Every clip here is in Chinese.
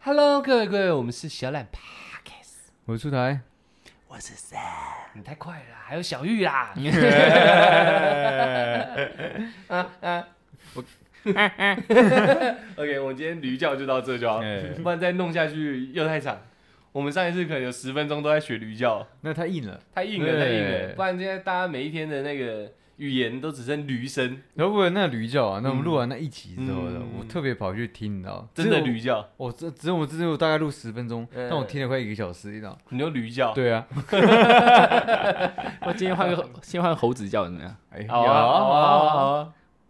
Hello， 各位，我们是小懒 Podcast， 我出台， 我是 Sam， 你太快了啦，还有小玉啦。OK， 我们今天驴叫就到这就好，不然再弄下去又太长。我们上一次可能有10分钟都在学驴叫， 那太硬了， 太硬了。不然现在大家每一天的那个语言都只剩驴声。 然后为了那驴叫啊，那我们录完那一集之后呢，我特别跑去听，你知道， 真的驴叫。 只有我之前大概录10分钟，但我听了快1个小时，你知道。 你用驴叫？ 对啊。 我今天先换猴子叫怎么样？ 好啊。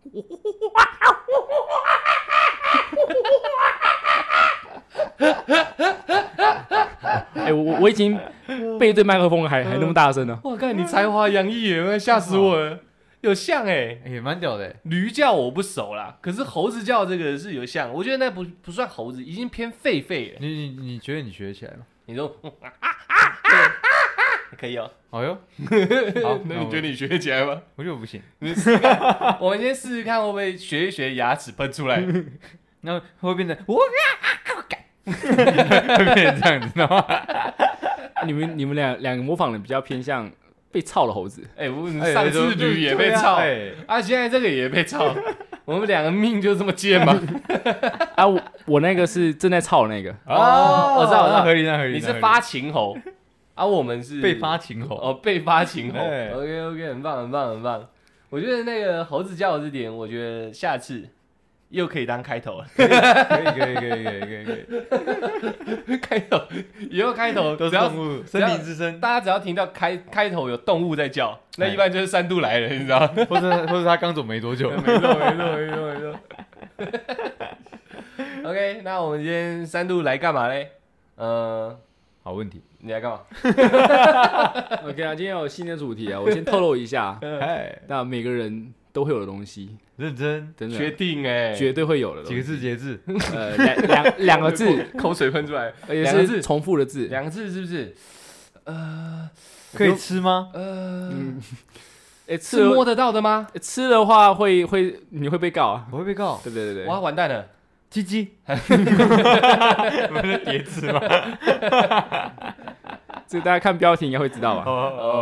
我已经背对麦克风还那么大声了。 我看你才华洋溢耶，吓死我了。有像也蛮屌的。 驴叫我不熟啦，可是猴子叫这个是有像，我觉得那不算猴子，已经偏狒狒了。 你觉得你学得起来吗？ 你说可以哦。 哎呦， 好，那你觉得你学得起来吗？ 我觉得我不行。 我们先试试看会不会学一学牙齿喷出来， 那会变成我会变成这样子，知道吗？ 你们两个模仿的比较偏向被操的猴子。 上次驴也被操，现在这个也被操，我们两个命就这么贱吗？ 我那个是正在操的那个。 我知道， 那合理。 你是发情猴，我们是被发情猴。 被发情猴。OK， 很棒。我觉得那个猴子叫的这点，我觉得下次又可以当开头了。可以。开头，以后开头都是动物，森林之声。 大家只要听到开头有动物在叫，那一般就是3度来了，你知道吗？ 或者他刚走没多久。 没错。OK， 那我们今天3度来干嘛嘞？ 好问题， 你来干嘛 ？OK 啊，今天有新的主题啊，我先透露一下。那每个人都会有的东西， 认真， 真的确定绝对会有的。 几个字？节制？ 两个字， 口水喷出来， 而且是重复的字。 2个字是不是？ 可以吃吗？ 是摸得到的吗？ 吃的话你会被告啊？ 我会被告。 对。 哇，完蛋了。 鸡鸡，不是叠字吗？ 这个大家看标题应该会知道吧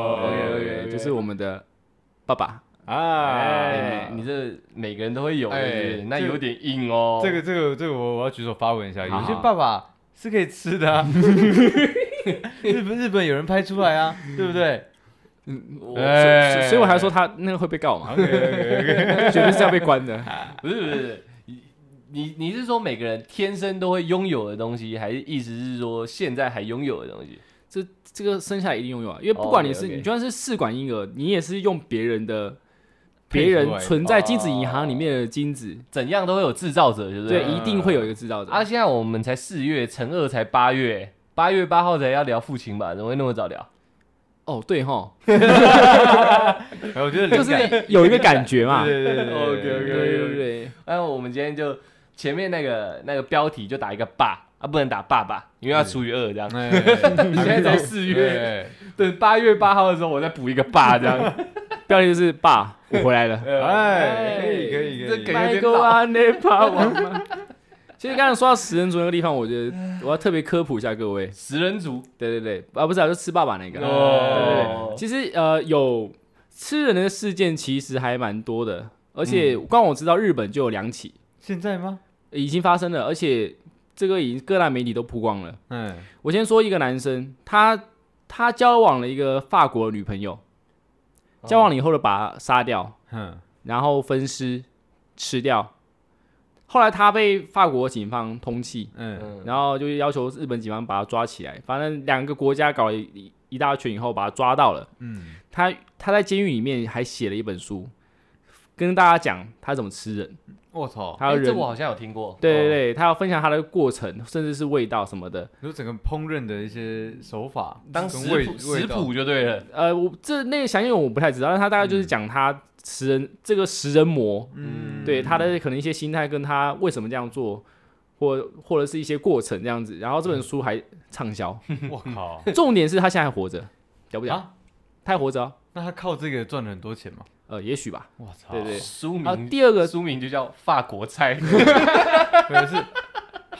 ？OK， 就是我们的爸爸。 你这每个人都会有的，那有点硬哦。 这个我要举手发问一下，有些爸爸是可以吃的啊。日本有人拍出来啊，对不对？ 所以我还说他那个会被告嘛。绝对是要被关的。 不是。你是说每个人天生都会拥有的东西，还是意思是说现在还拥有的东西？ 这个生下来一定拥有啊，因为不管你就算是试管婴儿，你也是用别人存在精子银行里面的精子， 怎样都会有制造者，对不对？ 对，一定会有一个制造者。 现在我们才4月，乘2才8月，8月8号才要聊父亲吧？怎么会那么早聊？ 对齁， 我觉得就是有一个感觉嘛。 对。我们今天就前面那个标题就打一个爸不能打爸爸，因为要除以2这样。你现在才4月，对，8月8号的时候我再补一个爸这样。 标题就是爸，我回来了。 可以。 这梗有点老。 其实刚才说到食人族那个地方，我觉得我要特别科普一下各位。 食人族， 对，不是就吃爸爸那个。对。其实有吃人的事件其实还蛮多的，而且光我知道日本就有2起。 现在吗？ 已经发生了，而且这个已经各大媒体都曝光了。我先说一个男生，他交往了一个法国的女朋友，交往了以后就把他杀掉，然后分尸吃掉。后来他被法国警方通缉，然后就要求日本警方把他抓起来。反正2个国家搞了一大圈以后，把他抓到了。他在监狱里面还写了一本书，跟大家讲他怎么吃人。 我操！ 这我好像有听过。 对，他要分享他的过程，甚至是味道什么的， 就整个烹饪的一些手法， 当食谱就对了。 那个详细我不太知道，但他大概就是讲他这个食人魔，对他的可能一些心态跟他为什么这样做，或者是一些过程这样子。然后这本书还畅销。 我靠！ 重点是他现在还活着，屌不屌？他还活着。 那他靠这个赚了很多钱吗？ 也许吧。 我操！ 对。 书名第二个书名就叫法国菜。 可能是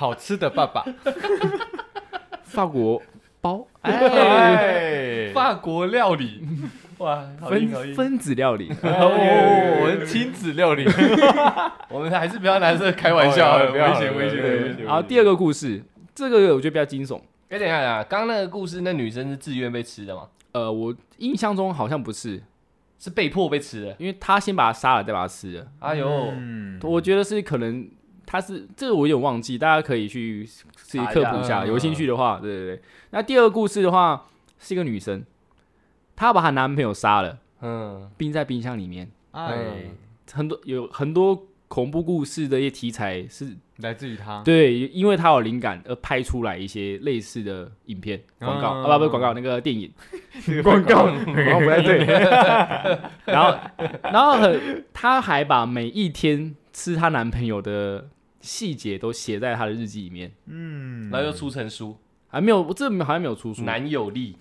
好吃的爸爸， 法国包， 法国料理，哇，好硬好硬， 分子料理， 亲子料理， 我们还是不要拿这个开玩笑，危险。 好，第二个故事，这个我觉得比较惊悚。 等一下，刚刚那个故事，那女生是自愿被吃的吗？ 我印象中好像不是， 是被迫被吃的， 因为他先把他杀了，再把他吃了。 哎呦， 我觉得是可能他是这个我有点忘记，大家可以去自己科普一下，有兴趣的话，对。那第二个故事的话，是一个女生，她把她男朋友杀了，冰在冰箱里面。有很多恐怖故事的一些题材是来自于他， 对，因为他有灵感而拍出来一些类似的影片、广告不是广告，那个电影广告不太对。然后他还把每一天吃她男朋友的细节都写在他的日记里面， 然后又出成书， 还没有，这好像没有出书。 男友力。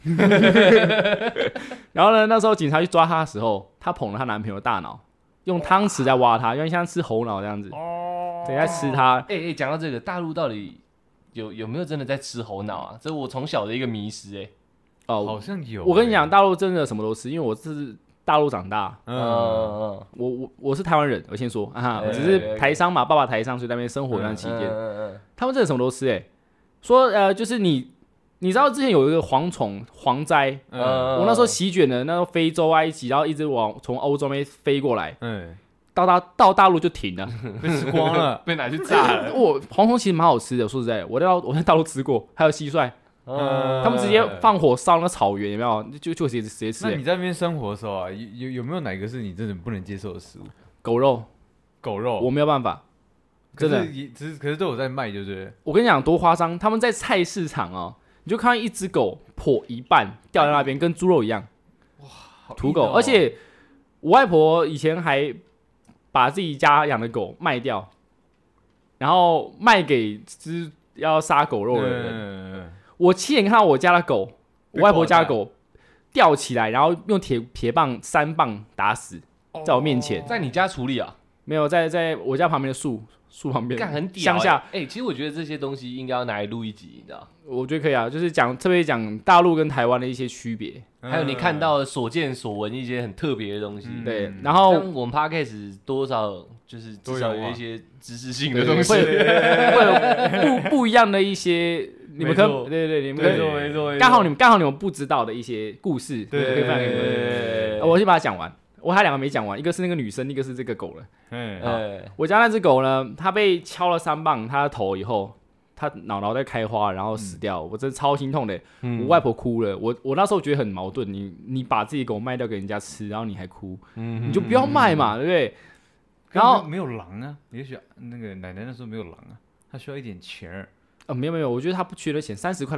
然后呢，那时候警察去抓他的时候，他捧了她男朋友的大脑，用汤匙在挖他，因为像吃猴脑这样子，对，在吃他。 讲到这个，大陆到底有没有真的在吃猴脑啊？这是我从小的一个迷思。 好像有。 我跟你讲，大陆真的什么都吃，因为我是大陆长大。我是台湾人，我先说我只是台商嘛，爸爸台商，所以在那边生活一段期间，他们真的什么都吃。说就是你知道之前有一个蝗虫蝗灾，我那时候席卷了那个非洲、埃及，然后一直从欧洲那边飞过来，到大陆就停了， 被吃光了， 被拿去炸了。 蝗虫其实蛮好吃的，说实在的，我在大陆吃过，还有蟋蟀，他们直接放火烧那个草原，有没有？就直接吃。 那你在那边生活的时候啊，有没有哪个是你真的不能接受的食物？ 狗肉，我没有办法。真的， 可是都有在卖，对不对？ 我跟你讲多夸张，他们在菜市场你就看到一只狗破一半掉在那边，跟猪肉一样，哇，土狗。而且我外婆以前还把自己家养的狗卖掉，然后卖给要杀狗肉的人。我亲眼看到我家的狗，我外婆家的狗吊起来，然后用铁棒3棒打死，在我面前。 在你家处理啊？ 没有，在我家旁边的树旁边， 很屌乡下。 其实我觉得这些东西应该要拿来录一集，你知道？ 我觉得可以啊，就是特别讲大陆跟台湾的一些区别， 还有你看到的所见所闻一些很特别的东西。 对，然后我们 podcast 多少就是至少有一些知识性的东西，会有不一样的一些，你们对，你们没错， 刚好你们不知道的一些故事，可以分享给你们。我先把它讲完。我还2个没讲完，一个是那个女生，一个是这个狗了。我家那只狗呢，它被敲了3棒，它的头以后，它脑袋开花，然后死掉，我真的超心痛的。我外婆哭了，我那时候觉得很矛盾，你把自己狗卖掉给人家吃，然后你还哭，你就不要卖嘛，对不对？然后没有狼啊，也许那个奶奶那时候没有狼啊，她需要一点钱。 没有，我觉得她不缺的钱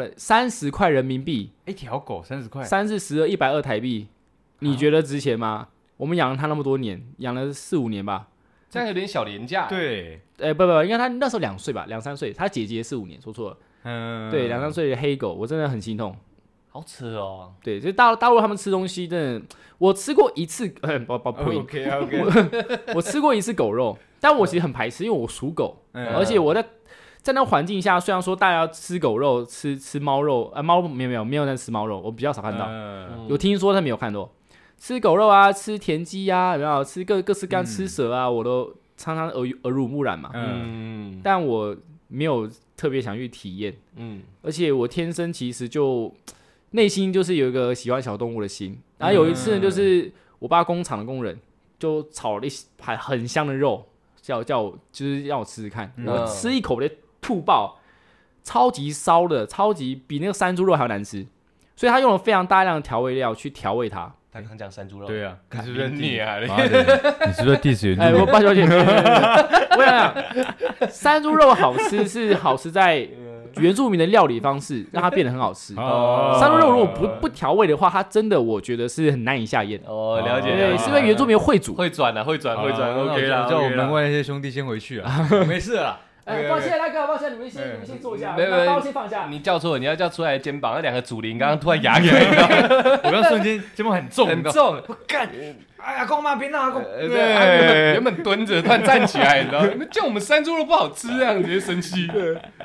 ，30块人民币， 一条狗30块 ，3、4、12、120台币，你觉得值钱吗？我们养了它那么多年，养了4、5年吧， 这样有点小廉价。 对， 不，应该它那时候2岁吧，2、3岁，它姐姐4、5年，说错了。对，2、3岁的黑狗，我真的很心痛， 好扯哦。 对，就大陆他们吃东西真的，我吃过一次， OK， 我吃过一次狗肉，但我其实很排斥，因为我属狗，而且我在那环境下，虽然说大家要吃狗肉、吃猫肉，猫没有在吃猫肉，我比较少看到，有听说但没有看到。吃狗肉啊，吃田鸡啊，有没有吃各式各样吃蛇啊，我都常常耳濡目染嘛。但我没有特别想去体验。而且我天生其实就内心就是有一个喜欢小动物的心。然后有一次呢，就是我爸工厂的工人就炒了一盘很香的肉，叫我就是让我吃吃看。我吃一口就吐爆，超级烧的，超级比那个山猪肉还要难吃。所以他用了非常大量的调味料去调味它。 他刚讲山猪肉， 对啊， 你是不是在虐啊？ 你是不是在 diss 原住民？ 我爸小姐，我想山猪肉好吃是好吃在原住民的料理方式，让它变得很好吃。山猪肉如果不调味的话，它真的我觉得是很难以下咽。 了解， 对，是因为原住民会煮， 会转，OK 啦， 叫我们门外那些兄弟先回去啊，没事了。 抱歉，抱歉，你们先坐一下， 没有， 帮我先放下。 你叫错了，你要叫出来的肩膀，那2个祖灵刚刚突然压起来， 我刚瞬间肩膀很重， 我干， 哎呀，公妈别闹， 对，原本蹲着，突然站起来，你知道吗？叫我们山猪肉不好吃，这样直接生气。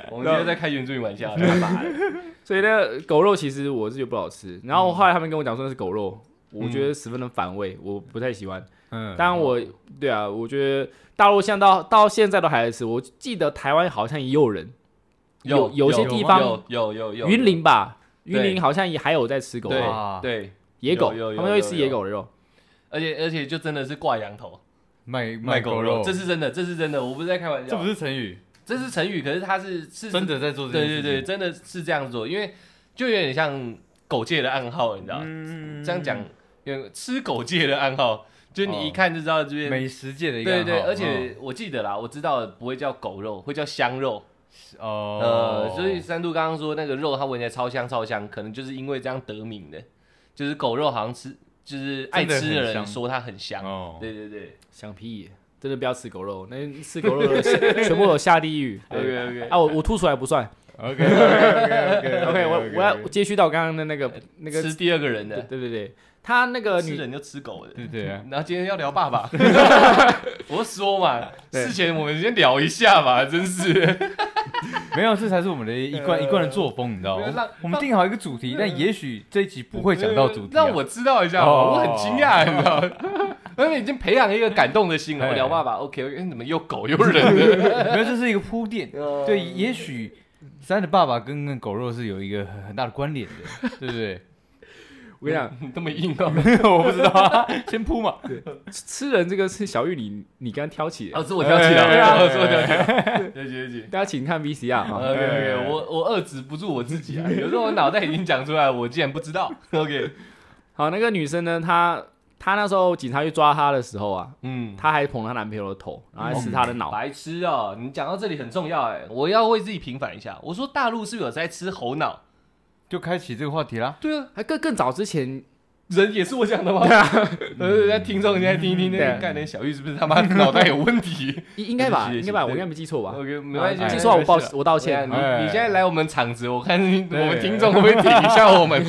我们今天在开原住民玩笑， 所以呢，狗肉其实我是觉得不好吃。然后后来他们跟我讲说那是狗肉，我觉得十分的反胃，我不太喜欢。当然对啊，我觉得大陆像到现在都还在吃。我记得台湾好像也有人，有些地方有云林吧，云林好像也还有在吃狗肉， 对， 野狗，他们会吃野狗的肉， 而且就真的是挂羊头卖狗肉， 这是真的，我不是在开玩笑， 这不是成语， 这是成语，可是他是真的在做这件事情， 对，真的是这样做，因为就有点像狗界的暗号，你知道？这样讲，有吃狗界的暗号。就你一看就知道这边美食界的一个对，而且我记得啦，我知道不会叫狗肉，会叫香肉。所以三度刚刚说那个肉它闻起来超香，可能就是因为这样得名的。就是狗肉好像就是爱吃的人说它很香。对， 香屁，真的不要吃狗肉，那吃狗肉的全部有下地狱。 OK， 啊，我吐出来不算。OK， 我要接续到刚刚的那个吃第二个人的。 对。他那个吃人就吃狗的， 对。 然后今天要聊爸爸，我说嘛，事前我们先聊一下嘛，真是。 没有，这才是我们的一贯的作风，你知道吗？我们定好一个主题，但也许这一集不会讲到主题。 让我知道一下，我很惊讶，你知道吗？因为已经培养一个感动的心了。我聊爸爸 ，OK， 怎么又狗又人的？ 没有，这是一个铺垫。对，也许三的爸爸跟狗肉是有一个很大的关联的，对不对？ 我跟你讲， 你这么硬哦， 我不知道啊，先铺嘛。 对，吃人这个是小玉你刚挑起的， 是我挑起的，对啊，是我挑起的。对， 大家请看 VCR 啊。 OK， 我遏制不住我自己啊，有时候我脑袋已经讲出来，我竟然不知道。OK， 好，那个女生呢，她那时候警察去抓她的时候啊，她还捧她男朋友的头，然后还吃她的脑。 白痴哦，你讲到这里很重要哎，我要为自己平反一下。我说大陆是不是有在吃猴脑？ 就开启这个话题啦。 对啊，还更早之前， 人也是我讲的吗？对啊，那听众现在听一听，那干那小玉是不是他妈脑袋有问题？ 应该吧，我应该没记错吧 ？OK， 没关系， 记错我道歉。 你现在来我们场子，我看我们听众会不会挺一下我们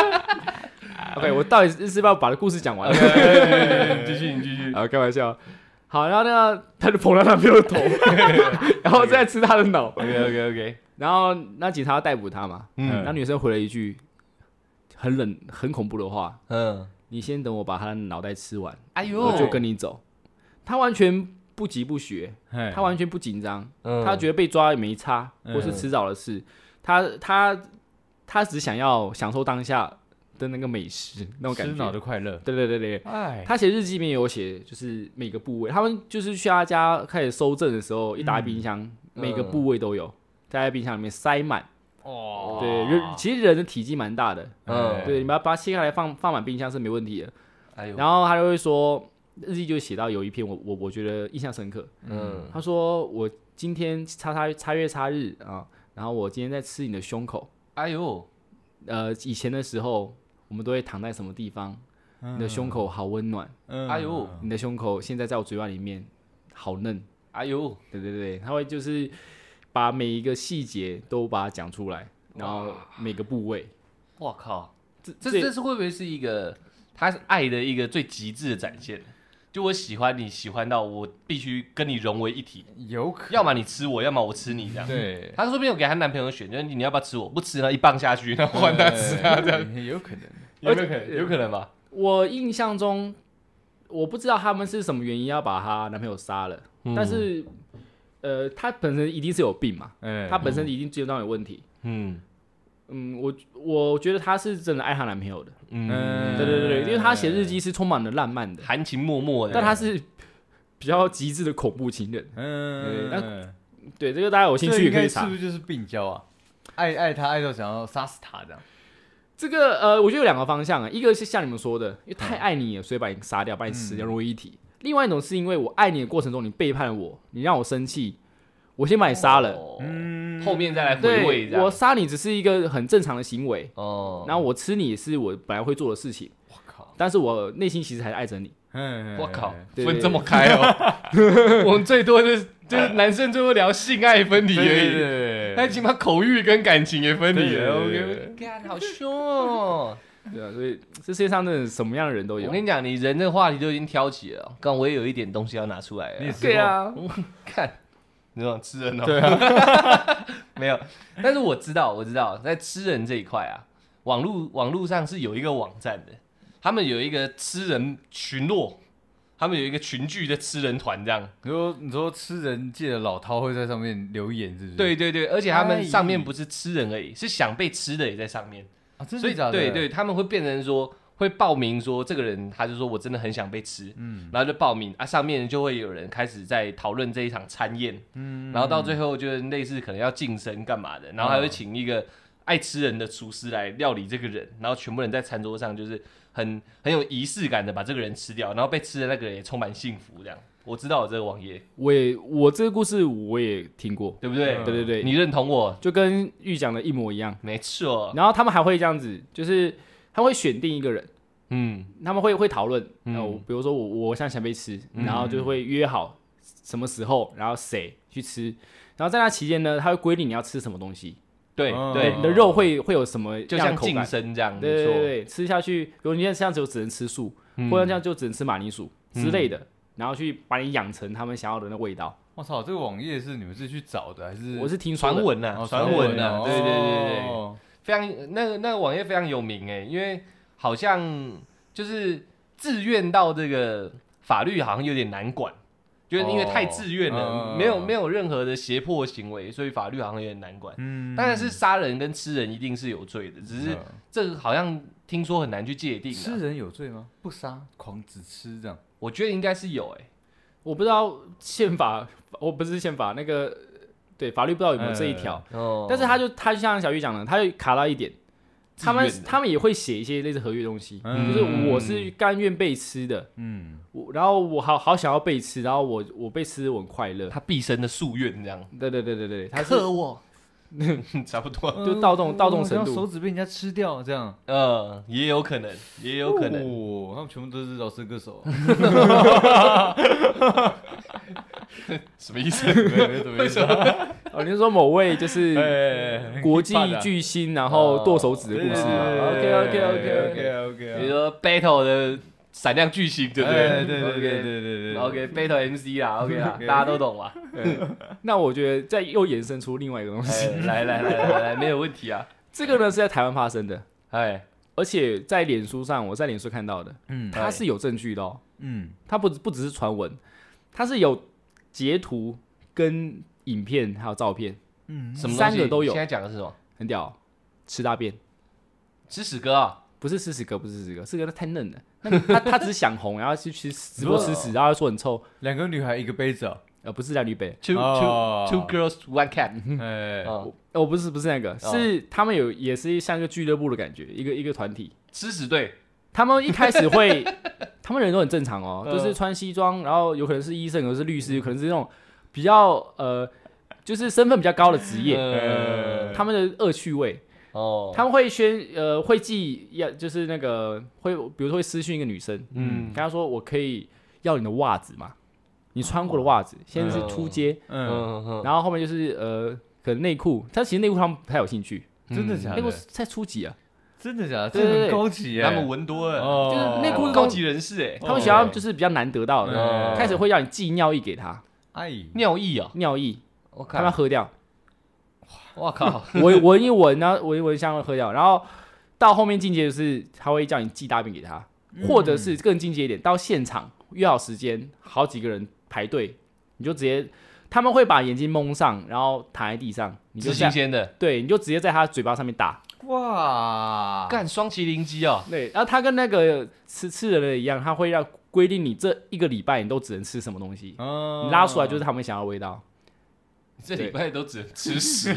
？OK， 我到底是不是要把故事讲完？ 你继续。 好，开玩笑。好，然后呢，他就捧他男朋友的头，然后再吃他的脑。 OK。 然后那警察要逮捕他嘛，那女生回了一句很冷、很恐怖的话，你先等我把他的脑袋吃完，我就跟你走。他完全不急不徐，他完全不紧张，他觉得被抓也没差，或是迟早的事，他只想要享受当下的那个美食，那种感觉， 吃脑的快乐。 对，他写日记里面有写，就是每个部位，他们就是去他家开始搜证的时候，一打开冰箱，每个部位都有。在冰箱里面塞满，对，其实人的体积蛮大的，对，你把它切开来放满冰箱是没问题的。然后他就会说，日记就写到有一篇我觉得印象深刻，他说我今天擦月擦日啊，然后我今天在吃你的胸口，以前的时候我们都会躺在什么地方，你的胸口好温暖，你的胸口现在在我嘴巴里面好嫩，对，他会就是。把每一个细节都把它讲出来，然后每个部位， 我靠，这是会不会是一个他爱的一个最极致的展现？就我喜欢你，喜欢到我必须跟你融为一体， 有可能， 要么你吃我，要么我吃你这样。 对， 他说不定有给他男朋友选，就是你要不要吃我，不吃呢一棒下去，然后换他吃他这样， 有可能， 有可能吧？ 我印象中，我不知道他们是什么原因要把她男朋友杀了，但是。他本身一定是有病嘛，他本身一定精神上有问题。我觉得他是真的爱她男朋友的。对，因为他写日记是充满了浪漫的， 含情脉脉的， 但他是比较极致的恐怖情人。对，这个大家有兴趣也可以查。 是不是就是病娇啊？爱他爱到想要杀死他这样？ 这个我觉得有两个方向啊，一个是像你们说的，因为太爱你了，所以把你杀掉，把你吃掉，融为一体。另外一种是因为我爱你的过程中，你背叛了我，你让我生气，我先把你杀了， 后面再来回味。 我杀你只是一个很正常的行为，然后我吃你也是我本来会做的事情。我靠！但是我内心其实还是爱着你。 我靠，分这么开哦！我们最多就是男生最多聊性爱分离而已，但起码口欲跟感情也分离了。OK， 干好凶哦！ 对啊，所以这世界上真的什么样的人都有。 我跟你讲，你人的话题都已经挑起了，刚我也有一点东西要拿出来。 对啊， 看，你说吃人哦。 对啊， 没有，但是我知道，在吃人这一块啊，网络上是有一个网站的，他们有一个吃人群落，他们有一个群聚的吃人团这样。 你说吃人界的老饕会在上面留言，是不是？ 对，而且他们上面不是吃人而已，是想被吃的也在上面啊，真的假的？ 对，他们会变成说。会报名说这个人，他就说我真的很想被吃，然后就报名啊，上面就会有人开始在讨论这一场餐宴，然后到最后就类似可能要晋升干嘛的，然后还会请一个爱吃人的厨师来料理这个人，然后全部人在餐桌上就是很有仪式感的把这个人吃掉，然后被吃的那个人也充满幸福这样。我知道有这个网页， 我这个故事我也听过， 对不对？ 对， 你认同我， 就跟玉讲的一模一样， 没错。 然后他们还会这样子，就是他会选定一个人。他们会讨论，比如说我现在想被吃，然后就会约好什么时候，然后谁去吃，然后在那期间呢，他会规定你要吃什么东西， 对， 你的肉会有什么就像晋升这样， 对，吃下去，比如你现在这样子就只能吃素，或者这样就只能吃马铃薯之类的，然后去把你养成他们想要的那味道。 我操，这个网页是你们自己去找的还是？ 我是听说传闻啊，对，非常那个网页非常有名哎，因为。好像就是自愿到这个法律好像有点难管，就是因为太自愿了，没有任何的胁迫行为，所以法律好像有点难管。当然是杀人跟吃人一定是有罪的，只是这个好像听说很难去界定。 吃人有罪吗？不杀，狂只吃这样？ 我觉得应该是有我不知道宪法，我不是宪法那个对法律不知道有没有这一条，但是他就像小玉讲的，他就卡到一点。他们也会写一些类似合约的东西，就是我是甘愿被吃的，然后我好想要被吃，然后我被吃我很快乐， 他毕生的夙愿这样。 对，他克我，差不多， 就到这种程度， 手指被人家吃掉这样， 也有可能， 他们全部都是饶舌歌手， 什么意思？ 为什么？ 你是说某位就是国际巨星，然后剁手指的故事吗 ？OK， 你说 Battle 的闪亮巨星，对不对？ 对 OK，Battle MC 啦 ，OK 啦，大家都懂嘛。 那我觉得再又衍生出另外一个东西， 来，没有问题啊。 这个呢是在台湾发生的，而且在脸书上，我在脸书看到的，它是有证据的哦，它不只是传闻，它是有截图跟影片还有照片， 什么 3个都有。 现在讲的是什么？ 很屌，吃大便， 吃屎哥啊？ 不是吃屎哥，四哥太嫩了。他只是想红，然后去直播吃屎，然后说很臭。 2个女孩一个杯子不是两女杯 ，two girls one cat。 不是那个，是他们也是像一个俱乐部的感觉，一个团体吃屎队。 他们一开始会，他们人都很正常哦，就是穿西装，然后有可能是医生，有可能是律师，有可能是那种比较就是身份比较高的职业，他们的恶趣味，他们会会寄就是那个会，比如说会私讯一个女生，跟她说我可以要你的袜子嘛，你穿过的袜子，先是出街，然后后面就是可能内裤，但其实内裤他们不太有兴趣， 真的假的？ 内裤才初级啊。 真的假的？这很高级耶！ 他们闻多了， 就是内裤是高级人士他们想要就是比较难得到的，开始会让你寄尿液给他， 尿液啊， 尿液，他们喝掉。 我靠！ 闻一闻，然后闻一闻香喝掉，然后到后面进阶就是他会叫你寄大便给他，或者是更进阶一点，到现场约好时间，好几个人排队，你就直接。他们会把眼睛蒙上，然后躺在地上，你就新鲜的， 对，你就直接在他嘴巴上面打。 哇， 干双麒麟机哦！ 对，然后他跟那个吃人的一样，他会让规定你这1个礼拜你都只能吃什么东西，你拉出来就是他们想要的味道。 你这礼拜都只能吃屎，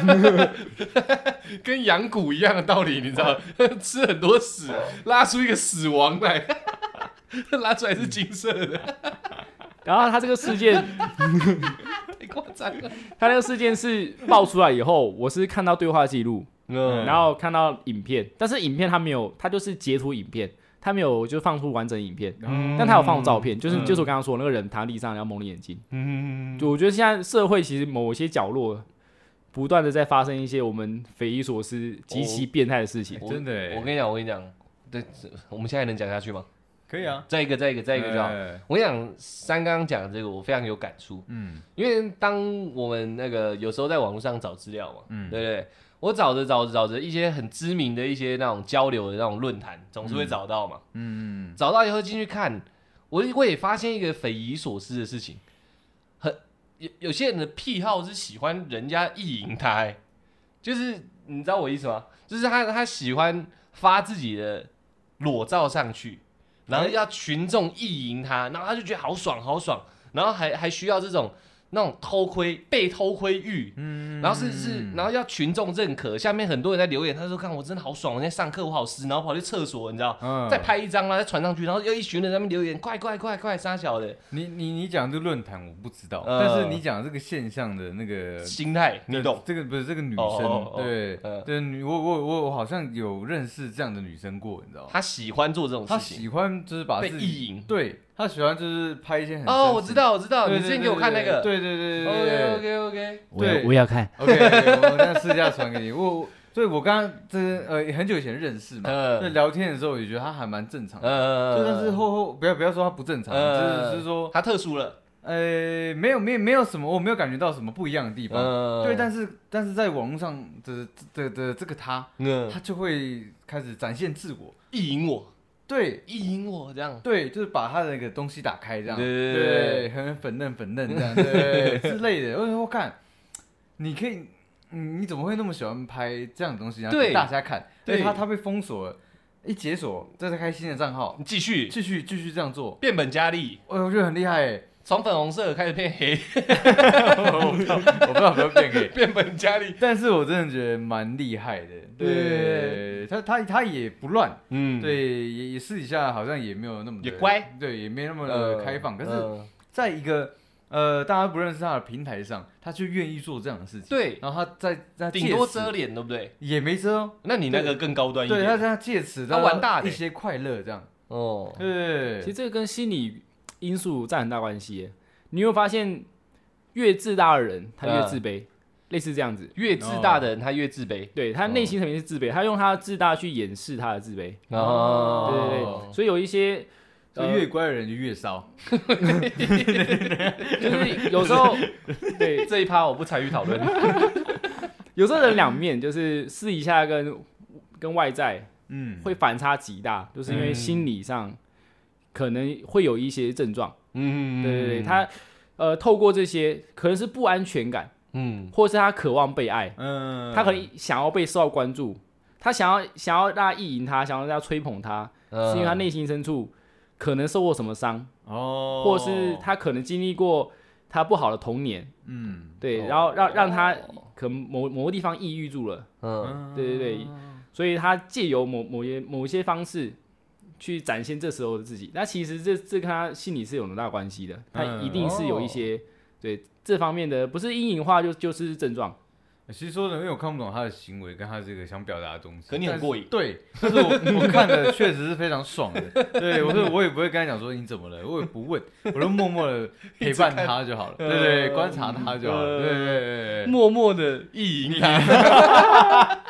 跟养蛊一样的道理，你知道？吃很多屎，拉出一个死亡来，拉出来是金色的。 然后他这个事件太夸张了。 他那个事件是爆出来以后，我是看到对话记录，然后看到影片，但是影片他没有，他就是截图影片，他没有就放出完整影片，但他有放照片，就是我刚刚说那个人躺在地上，然后蒙着眼睛。就我觉得现在社会其实某些角落不断的在发生一些我们匪夷所思、极其变态的事情。 真的， 我跟你讲，对，我们现在能讲下去吗？ 可以啊， 再一个就好。我想三刚刚讲的这个，我非常有感触。因为当我们那个有时候在网络上找资料嘛，对不对？我找着一些很知名的一些那种交流的那种论坛，总是会找到嘛。找到以后进去看，我也发现一个匪夷所思的事情，有些人的癖好是喜欢人家意淫他，就是你知道我意思吗？就是他喜欢发自己的裸照上去，然后要群众意淫他，然后他就觉得好爽，然后还需要这种那种被偷窥欲，然后然后要群众认可，下面很多人在留言，他说看我真的好爽，我在上课我好湿，然后跑去厕所，你知道，再拍一张再传上去，然后又一群人在那边留言，快，杀小的。 你讲这个论坛我不知道，但是你讲这个现象的那个心态，你懂？ 这个不是这个女生，对，我好像有认识这样的女生过，你知道吗？ 她喜欢做这种事情， 她喜欢就是把被意淫， 对。他喜欢就是拍一些很我知道，你之前给我看那个， 对 ，OK， 我要看 ，OK， 我那私下传给你，所以我刚刚很久以前认识嘛，聊天的时候也觉得他还蛮正常的，就但是后不要说他不正常，就是说他特殊了， 没有什么，我没有感觉到什么不一样的地方，对，但是在网络上的这个他就会开始展现自我， 意淫我。 对， 意淫我这样， 对，就是把他的那个东西打开这样，对，很粉嫩这样，对之类的。我看，你可以，你怎么会那么喜欢拍这样的东西，然后给大家看？对，他被封锁了，一解锁再开新的账号， 你继续这样做， 变本加厉。 我觉得很厉害哎。从粉红色开始变黑， 我不知道会不会变黑， 变本加厉。 但是我真的觉得蛮厉害的，对，他也不乱，对，也私底下好像也没有那么也乖， 对，也没那么的开放。可是，在一个大家不认识他的平台上，他就愿意做这样的事情， 对， 然后他顶多遮脸，对不对？ 也没遮哦， 那你那个更高端一点， 对，他借此他玩大一些快乐这样， 对，其实这个跟心理因素占很大关系。你有发现，越自大的人他越自卑，类似这样子。 越自大的人他越自卑， 对他内心层面是自卑，他用他的自大去掩饰他的自卑。对，所以有一些越乖的人就越骚， 就是有时候对这一趴我不参与讨论。 有时候人两面，就是私底下跟外在会反差极大，就是因为心理上可能会有一些症状。对，他透过这些可能是不安全感，或是他渴望被爱，他可能想要被受到关注，他想要大家意淫他，想要大家吹捧他，是因为他内心深处可能受过什么伤，或是他可能经历过他不好的童年，对，然后让他可能某个地方抑郁住了，对，所以他借由某一些方式去展现这时候的自己，那其实这跟他心理是有很大关系的，他一定是有一些对这方面的，不是阴影化就是症状。 其实说的，因为我看不懂他的行为跟他这个想表达的东西， 可你很过瘾。 对，但是我看的确实是非常爽的。对，我也不会跟他讲说你怎么了，我也不问，我就默默的陪伴他就好了，对，观察他就好了，对， 默默的意淫他。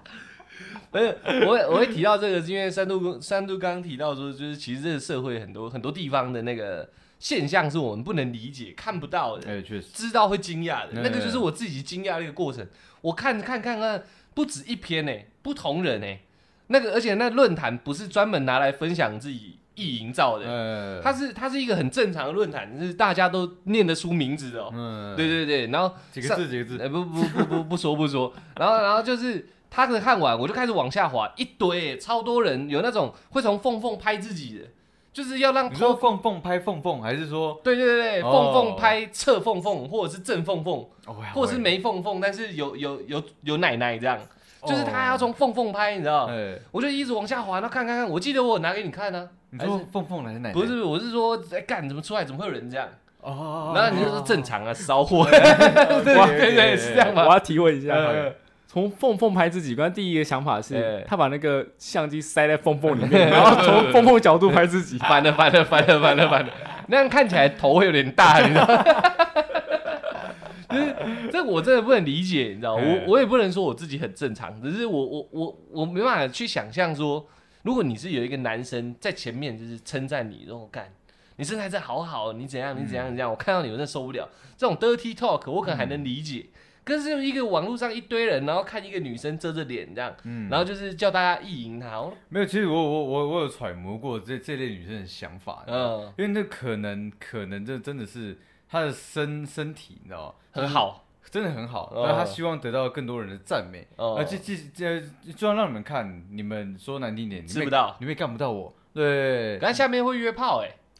我会提到这个，是因为三度刚刚提到说，就是其实这个社会很多地方的那个现象是我们不能理解、看不到的， 确实知道会惊讶的，那个就是我自己惊讶的一个过程。我看，不止一篇不同人那个而且那论坛不是专门拿来分享自己意淫照的，它是一个很正常的论坛，就是大家都念得出名字的对，然后几个字， 不说，然后就是。他可看完，我就开始往下滑，一堆超多人，有那种会从缝拍自己的，就是要让你说缝拍缝，还是说对，缝拍侧缝，或者是正缝，或者是没缝，但是有奶奶这样，就是他要从缝拍，你知道？我就一直往下滑，那看，我记得我拿给你看呢。 你说缝还是奶奶？ 不是，我是说干怎么出来，怎么会有人这样？然后你就说正常啊，骚货，对，是这样吧？ 我要提问一下。从缝拍自己，刚刚第一个想法是，他把那个相机塞在缝里面，然后从缝角度拍自己， 反了，那样看起来头会有点大，你知道吗？就是这我真的不能理解，你知道，我也不能说我自己很正常，只是我没办法去想象说， 如果你是有一个男生在前面就是称赞你，然后干你身材真好好，你怎样，我看到你我真的受不了。这种 dirty talk 我可能还能理解，可是一个网络上一堆人，然后看一个女生遮着脸这样，然后就是叫大家意淫她。 没有，其实我有揣摩过这类女生的想法，因为那可能这真的是她的身体，你知道吗？ 很好， 真的很好，然后她希望得到更多人的赞美，而且就要让你们看，你们说难听点， 吃不到， 你们也干不到我，对。 可是下面会约炮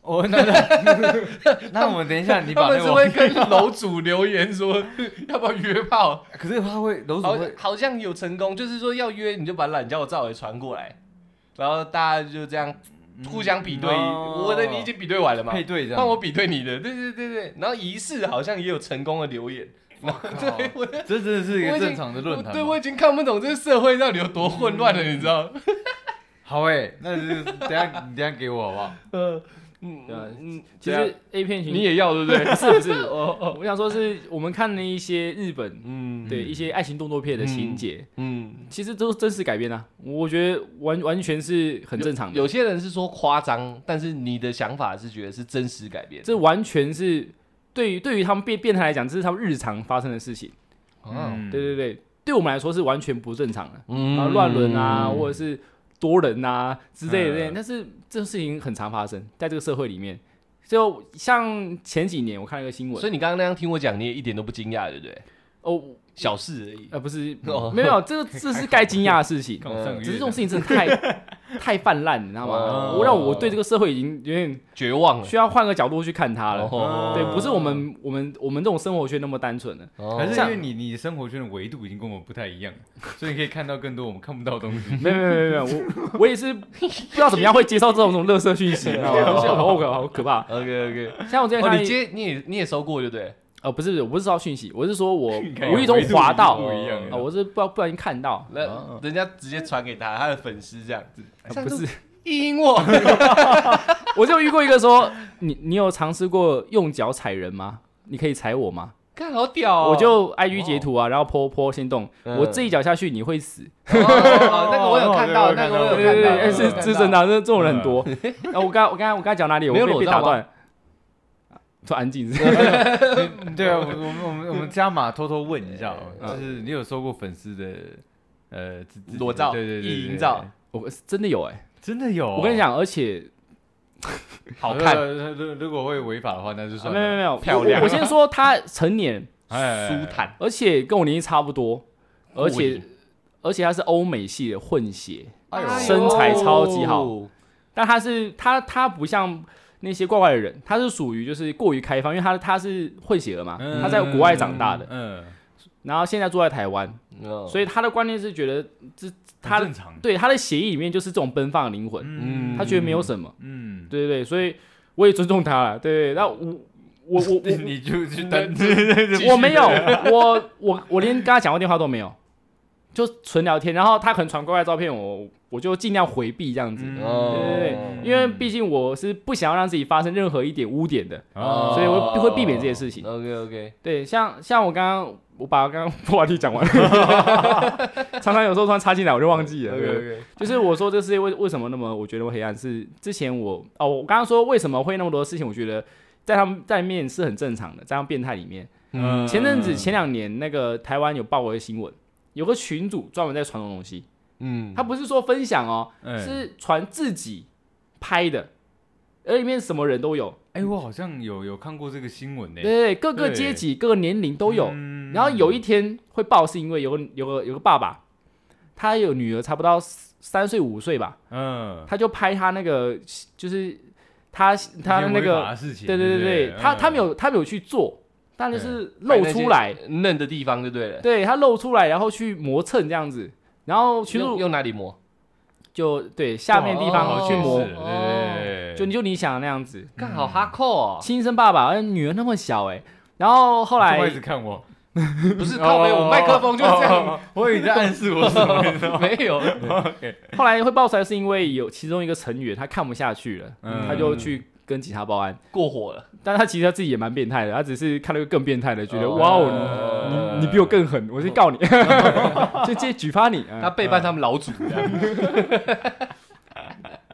那我们等一下，你把他们是会跟楼主留言说要不要约炮， 可是他会楼主会好像有成功，就是说要约你就把懒觉照也传过来，然后大家就这样互相比对，我的你已经比对完了嘛， 配对这样， 换我比对你的，对，然后疑似好像也有成功的留言。 对，这真的是一个正常的论坛。 对，我已经看不懂这个社会到底有多混乱了，你知道？ 好那就是等一下给我好不好？ 其实 A 片群你也要对不对？ 不是，我想说是我们看了一些日本，对一些爱情动作片的情节，其实都是真实改编啊，我觉得完全是很正常的。 有些人是说夸张，但是你的想法是觉得是真实改编， 这完全是对于他们变态来讲，这是他们日常发生的事情。对，对我们来说是完全不正常的，然后乱伦啊，或者是多人啊之类的，但是这种事情很常发生在这个社会里面。就像前几年我看了一个新闻， 所以你刚刚那样听我讲，你也一点都不惊讶，对不对？小事而已。 不是，没有，这是该惊讶的事情。只是这种事情真的太泛滥，你知道吗？让我对这个社会已经有点绝望了， 需要换个角度去看它了。对，不是我们这种生活圈那么单纯的， 还是因为你生活圈的维度已经跟我们不太一样，所以你可以看到更多我们看不到的东西。 没有，我也是不知道怎么样会接受这种垃圾讯息，你知道吗？好可怕。 OK， 像我之前看你也收过，对不对？ 不是，我不是收到讯息，我是说我无意中滑到，我是不小心看到， 那人家直接传给他的粉丝这样子， 不是意淫我。 我就遇过一个说，你有尝试过用脚踩人吗？你可以踩我吗？ 看好屌哦！ 我就 IG 截图啊，然后 po 限动，我这一脚下去你会死。 那个我有看到， 对，是真的，这种人很多。我刚讲哪里？我被打断。说安静， 对啊，我们加码偷问一下，就是你有收过粉丝的裸照、意淫照？ 我真的有真的有。 我跟你讲，而且好看。 如果会违法的话，那就算了。 没有漂亮。 我先说他成年， 舒坦，而且跟我年纪差不多，而且他是欧美系的混血，身材超级好，但他不像那些怪怪的人，他是属于就是过于开放，因为他是混血儿嘛，他在国外长大的，然后现在住在台湾，所以他的观念是觉得他正常， 对他的血液里面就是这种奔放的灵魂，他觉得没有什么，对，所以我也尊重他了，对，那我你就去等， 我没有，我连跟他讲过电话都没有，就纯聊天，然后他可能传怪怪照片，我就尽量回避这样子，对，因为毕竟我是不想要让自己发生任何一点污点的，所以我会避免这些事情。 OK， 对，像我把刚刚话题讲完了，常常有时候突然插进来我就忘记了。 OK， 就是我说这世界为什么那么我觉得黑暗，是之前我刚刚说为什么会那么多事情，我觉得在他们在里面是很正常的，在他们变态里面。前2年那个台湾有报过一个新闻，有个群组专门在传这种东西。他不是说分享是传自己拍的，而里面什么人都有。 我好像有看过这个新闻呢。 对，各个阶级、各个年龄都有。然后有一天会爆，是因为有个爸爸，他有女儿，差不多3岁5岁吧。他就拍他那个，就是他的那个，对，他没有去做，但就是露出来嫩的地方就对了。 对，他露出来，然后去磨蹭这样子。然后群主用哪里磨？ 就对下面地方去磨，就你想的那样子。 刚好哈扣哦， 亲生爸爸，女儿那么小然后后来就一直看我， 不是靠背，我麦克风就这样。 我以为你在暗示我什么？ 没有。 后来会爆出来是因为有其中一个成员他看不下去了，他就去跟警察报案， 过火了。 但他其实他自己也蛮变态的，他只是看到一个更变态的，觉得哇哦，你比我更狠，我去告你，就直接举发你。 他背叛他们老主。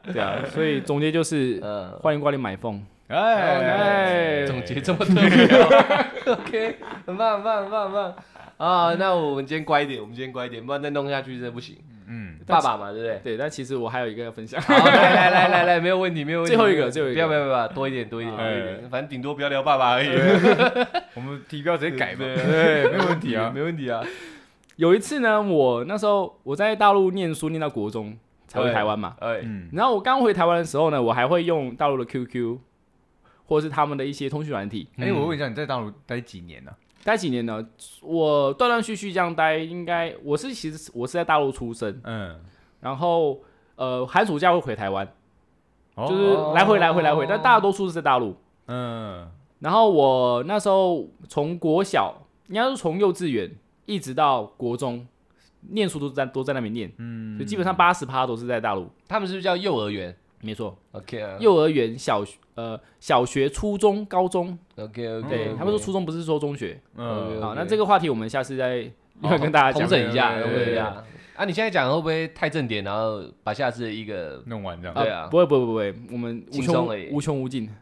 对啊，所以总结就是，欢迎光临买凤。 总结这么特别 ，OK， 很棒。啊，那我们今天乖一点，不然再弄下去真的不行。爸爸嘛，对不对？ 对，但其实我还有一个要分享。 好，来，没有问题。 最后一个，不要，多一点，反正顶多不要聊爸爸而已。 我们题标直接改嘛，对，没有问题啊。 有一次呢，我那时候我在大陆念书，念到国中才回台湾嘛。然后我刚回台湾的时候呢，我还会用大陆的 QQ， 或者是他们的一些通讯软体。 我问一下，你在大陆待几年呢？ 待几年呢？我断断续续这样待，应该我是在大陆出生，然后寒暑假会回台湾，就是来回，但大多数是在大陆，然后我那时候从国小，应该是从幼稚园一直到国中，念书都在那边念，所以基本上80%都是在大陆。 他们是不是叫幼儿园？ 没错 ，OK 啊， 幼儿园、小学、初中、高中 ，OK， 对，他们说初中不是说中学，好，那这个话题我们下次再跟大家统整一下。啊，你现在讲会不会太正点，然后把下次的一个弄完这样？ 对啊，不会，我们无穷无尽。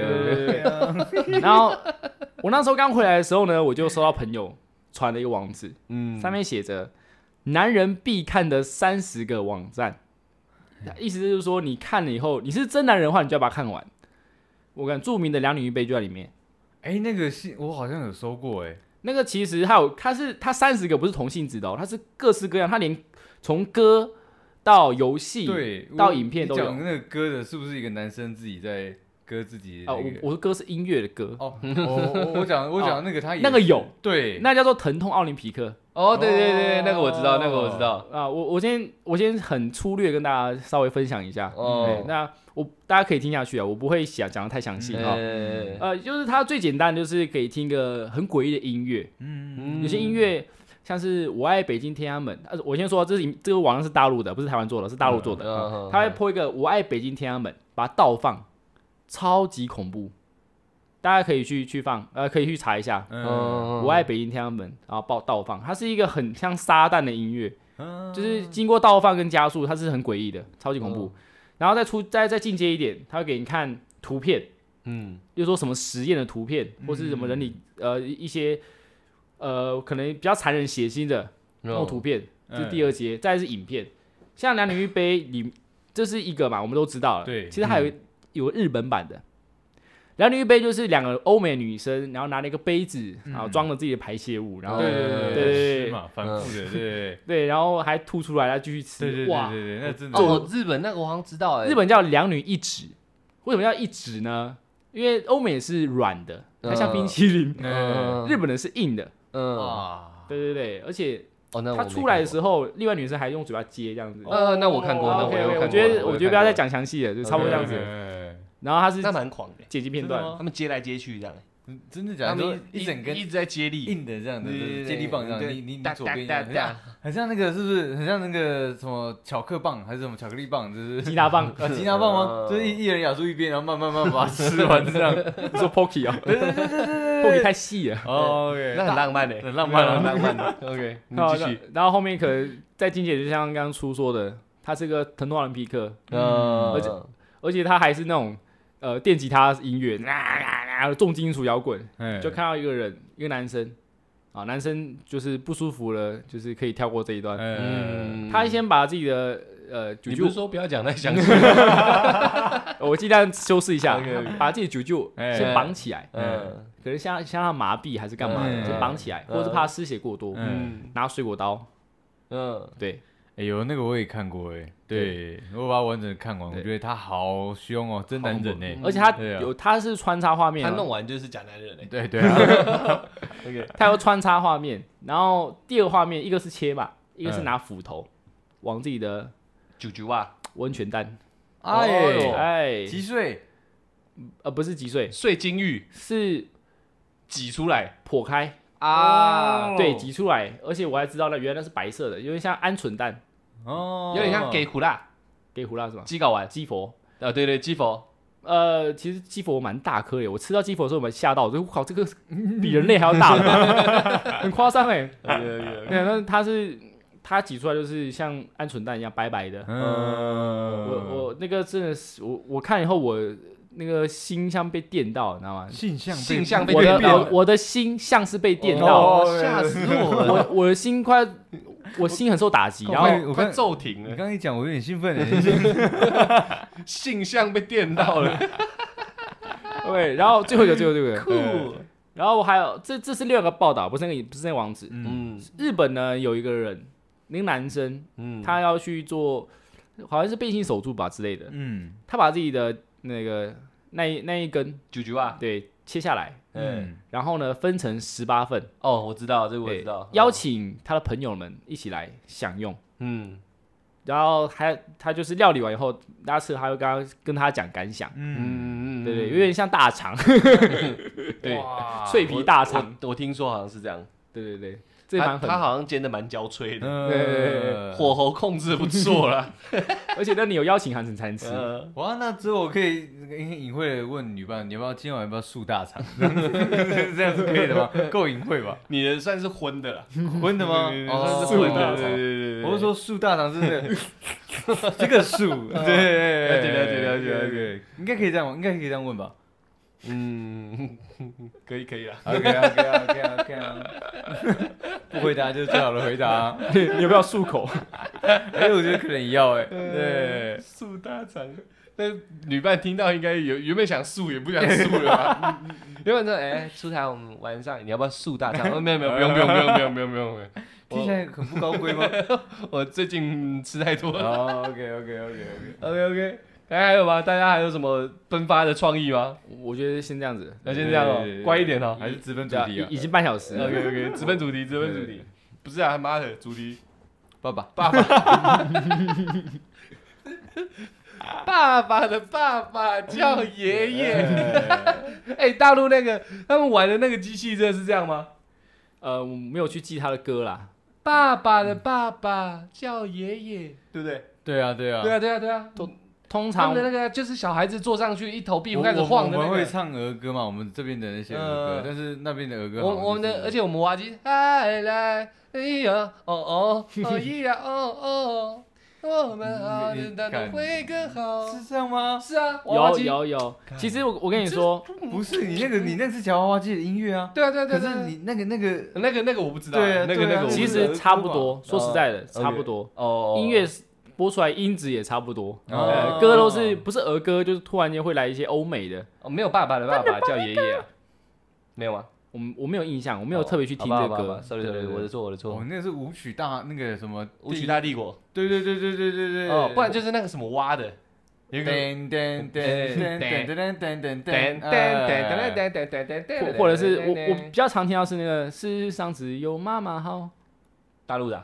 OK， 然后我那时候刚回来的时候呢，我就收到朋友传了一个网址，上面写着男人必看的30个网站。意思就是说，你看了以后，你是真男人的话，你就要把它看完。我看著名的两女一杯就在里面。 那个是我好像有收过那个其实它30个不是同性质的它是各式各样，它连从歌到游戏到影片都有。 讲那个歌的是不是一个男生自己在歌自己的我的歌是音乐的歌。 我讲那个他也那个有， 对， 那叫做疼痛奥林匹克。 对，那个我知道啊。我先很粗略跟大家稍微分享一下。那大家可以听下去啊，我不会讲得太详细就是它最简单，就是可以听一个很诡异的音乐。有些音乐像是我爱北京天安门。我先说，这个网上是大陆的，不是台湾做的，是大陆做的。他会播一个我爱北京天安门，把它倒放，超级恐怖。大家可以去放，可以去查一下。我爱北京天安门，然后倒放，它是一个很像撒旦的音乐，就是经过倒放跟加速，它是很诡异的，超级恐怖。然后再进阶一点，他会给你看图片，比如说什么实验的图片，或是什么人理一些可能比较残忍血腥的那种图片，这是第二阶。再来是影片，像两女一杯这是一个嘛，我们都知道了。 对， 其实还有日本版的。两女一杯就是2个欧美女生，然后拿了一个杯子，然后装了自己的排泄物，然后对嘛，反复的， 对，然后还吐出来，再继续吃。哇， 对，那真的。日本那个我好像知道日本叫两女一指，为什么叫一指呢？因为欧美是软的，它像冰淇淋，日本的是硬的。对，而且他出来的时候，另外女生还用嘴巴接这样子。 那我看过， 我觉得不要再讲详细了，就差不多这样子。然后他是那蛮狂的剪辑片段， 他们接来接去这样。 真的假的？他们一整根一直在接力， 硬的这样的接力棒这样，你左边很像那个是不是很像那个什么巧克棒还是什么巧克力棒？就是吉拿棒吉拿棒吗？就是一人咬住一边，然后慢慢把它吃完这样。 你说 Pocky 啊？对，Pocky 太细了。 OK， 那很浪漫的， 很浪漫的。OK， 你继续。 然后后面可能再进阶，就像刚刚初说的，他是个疼痛奥林匹克，而且他还是那种。电吉他音乐，重金属摇滚，就看到一个男生，男生就是不舒服了，就是可以跳过这一段。他先把自己的你不是说不要讲太详细？ 我尽量修饰一下，把自己的啾先绑起来，可能像他麻痹还是干嘛的，先绑起来，或者是怕失血过多，拿水果刀，对。 有那个我也看过对，我把它完整的看完，我觉得他好凶哦，真男人而且他是穿插画面， 他弄完就是假男人对啊他有穿插画面，然后第二个画面一个是切嘛，一个是拿斧头往自己的啾啊温泉蛋， 击碎， 不是击碎， 碎金玉是挤出来破开对，挤出来，而且我还知道原来那是白色的，有点像鹌鹑蛋。 有点像给胡辣是吗？ 鸡睾丸， 鸡佛。 对，鸡佛。 其实鸡佛蛮大颗的，我吃到鸡佛的时候，我们吓到，我靠，这个比人类还要大了，很夸张对，那它挤出来就是像鹌鹑蛋一样白白的。我那个真的是我看以后我那个心像被电到，你知道吗？ 性向被电到， 我的心像是被电到， 吓死我了！ 我的心我心很受打击，然后我快骤停了。 你刚刚一讲，我有点兴奋性向被电到了。 对，然后最后一个酷。 然后还有这是另外一个报道，不是那个网址。日本呢有一个人，那个男生，他要去做好像是变性手术吧之类的。他把自己的那个那一根啾啾啊， 对，切下来，然后呢分成18份。 哦，我知道这个，我知道。 邀请他的朋友们一起来享用。然后他就是料理完以后，大家吃，他会跟他讲感想。对对，有点像大肠。对，脆皮大肠。 我听说好像是这样。 对对对。 他好像煎的蛮焦脆的，火候控制的不错啦。 而且那你有邀请函才能吃。 哇，那之后我可以隐晦的问女伴，你今晚要不要素大肠？这样是可以的吗？够隐晦吧？ 你的算是荤的啦， 荤的吗？ 算是荤的。对， 我是说素大肠是那个这个素，对，应该可以这样问吧？ 可以啦。 OK 啊。不回答就是最好的回答。 你要不要漱口？ 我觉得可能要对， 漱大肠。那女伴听到应该原本想漱也不想漱了吧？原本说出台我们晚上你要不要漱大肠？没有，不用。 听起来很不高贵吗？ 我最近吃太多了。 OK。 还有吗？大家还有什么迸发的创意吗？ 我觉得先这样子， 先这样哦，乖一点哦。 还是直奔主题啊？ 已经半小时了。 OK， 直奔主题。不是啊，他妈的主题， 爸爸。 爸爸的爸爸叫爷爷。大陆那个他们玩的那个机器真的是这样吗？ 我没有去记他的歌啦。 爸爸的爸爸叫爷爷，对不对？ 对啊。 通常的那个就是小孩子坐上去，一头屁股开始晃的那个。 我们会唱儿歌嘛？我们这边的那些儿歌，但是那边的儿歌， 我们的，而且我们娃机，来，哎呀，哦，咿呀，哦，我们好人都会更好。是这样吗？ 是啊， 有。其实我跟你说， 不是你那个是夹娃娃机的音乐啊。 对啊。 可是你那个我不知道。 对啊， 那个其实差不多。说实在的，差不多。音乐播出来音质也差不多，歌都是不是儿歌，就是突然间会来一些欧美的。 没有爸爸的爸爸叫爷爷啊？没有吗？ 我没有印象，我没有特别去听这歌。 sorry，我的错。 那个是舞曲大那个什么舞曲大帝国。 对。 不然就是那个什么蛙的。 或者是我比较常听到是那个世上只有妈妈好。 大陆的。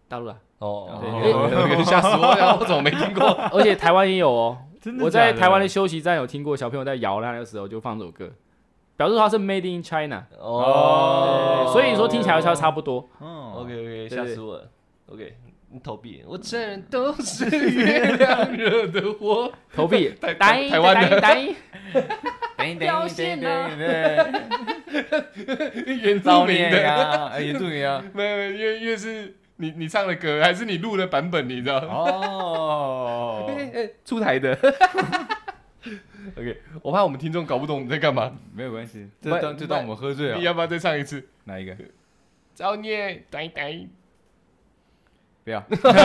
吓死我！我怎么没听过？ 而且台湾也有哦。 真的假的？ 我在台湾的休息站有听过小朋友在摇篮的时候就放这首歌，表示它是 Made in China。所以说听起来差不多。 OK， 吓死我了。OK， 你投币，我承认都是月亮惹的祸。 投币， 台湾的。 表现啊！ 原住民的原住民啊， 没有，因为是。你唱的歌还是你录的版本，你知道？出台的。OK， 我怕我们听众搞不懂我们在干嘛。 没有关系，就当我们喝醉了。 你要不要再唱一次？ 哪一个？ 造孽，呆。不要。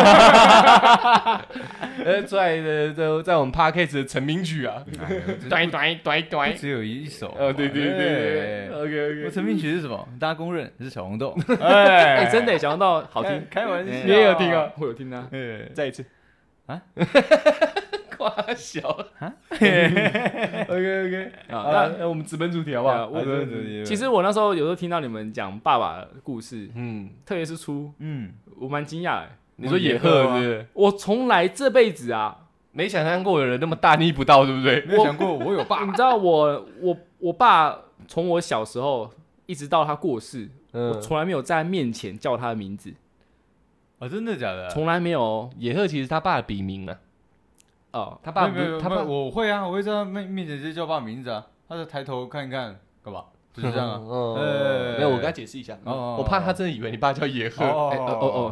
出来的都在我们 Podcast 的成名曲啊。 呆，只有一首。 对。OK。 我成名曲是什么？大家公认是小红豆。 真的小红豆好听。 开玩笑。 你也有听啊？ 我有听啊。 再一次。 啊？ 夸小啊。OK。那我们直奔主题好不好？ 其实我那时候有时候听到你们讲爸爸的故事，特别是我蛮惊讶的。 你说野鹤是不是？ 我从来这辈子啊， 没想象过有人那么大逆不道，对不对？ 没有想过我有爸。 你知道我爸从我小时候一直到他过世，我从来没有在他面前叫他的名字。 真的假的？ 从来没有。 野鹤其实他爸的笔名啊。他爸我会啊，我会在他面前直接叫爸名字啊。他就抬头看一看，干嘛？就是这样啊。 没有，我跟他解释一下。我怕他真的以为你爸叫野鹤。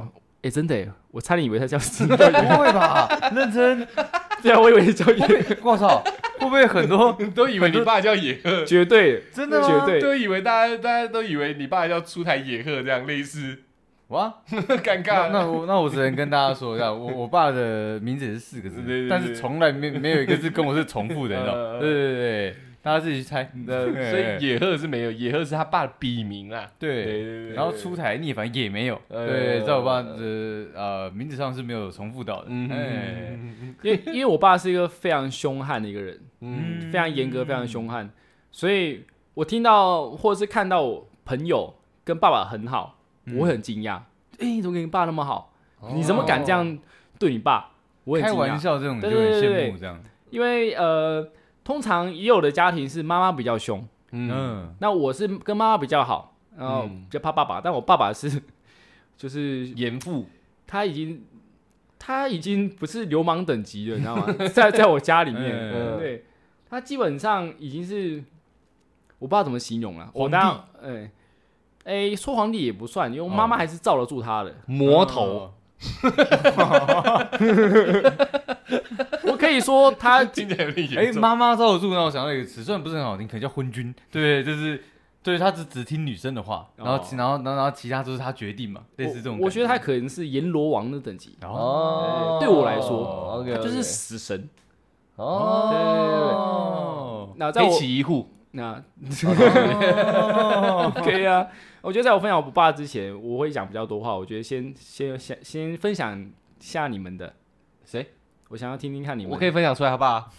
真的，我差点以为他叫石不会吧？认真？ 对啊，我以为叫野鹤。 我操，会不会很多都以为你爸叫野鹤？ 绝对， 真的吗？ 绝对， 都以为大家都以为你爸叫出台野鹤这样类似。 哇， 尴尬。 那我只能跟大家说一下，我爸的名字也是4个字，但是从来没有一个字跟我是重复的，你知道？对，大家自己去猜。 所以野鹤是没有，野鹤是他爸的笔名啦。 对，然后出台逆反也没有。对，在我爸的名字上是没有重复到的。 因为我爸是一个非常凶悍的一个人，非常严格，非常凶悍，所以我听到或者是看到我朋友跟爸爸很好。我会很惊讶，你怎么跟你爸那么好？你怎么敢这样对你爸？我很惊讶。 开玩笑这种就很羡慕这样。 因为通常也有的家庭是妈妈比较凶，那我是跟妈妈比较好，然后比较怕爸爸，但我爸爸是就是严父， 他已经不是流氓等级了，你知道吗？在我家里面，对，他基本上已经是我不知道怎么形容了，我当说皇帝也不算，因为我妈妈还是罩得住他的魔头。 我可以说他听起来有点严重。 妈妈罩得住，让我想到一个词，虽然不是很好听，可能叫昏君。对，就是对他只听女生的话，然后其他都是他决定嘛，类似这种。 我觉得他可能是阎罗王的等级。对我来说，他就是死神。对。那在我黑崎一护。 那OK 啊，我觉得在我分享我爸之前，我会讲比较多话。我觉得先分享一下你们的。 谁？ 我想要听听看你们。 我可以分享出来，好不好？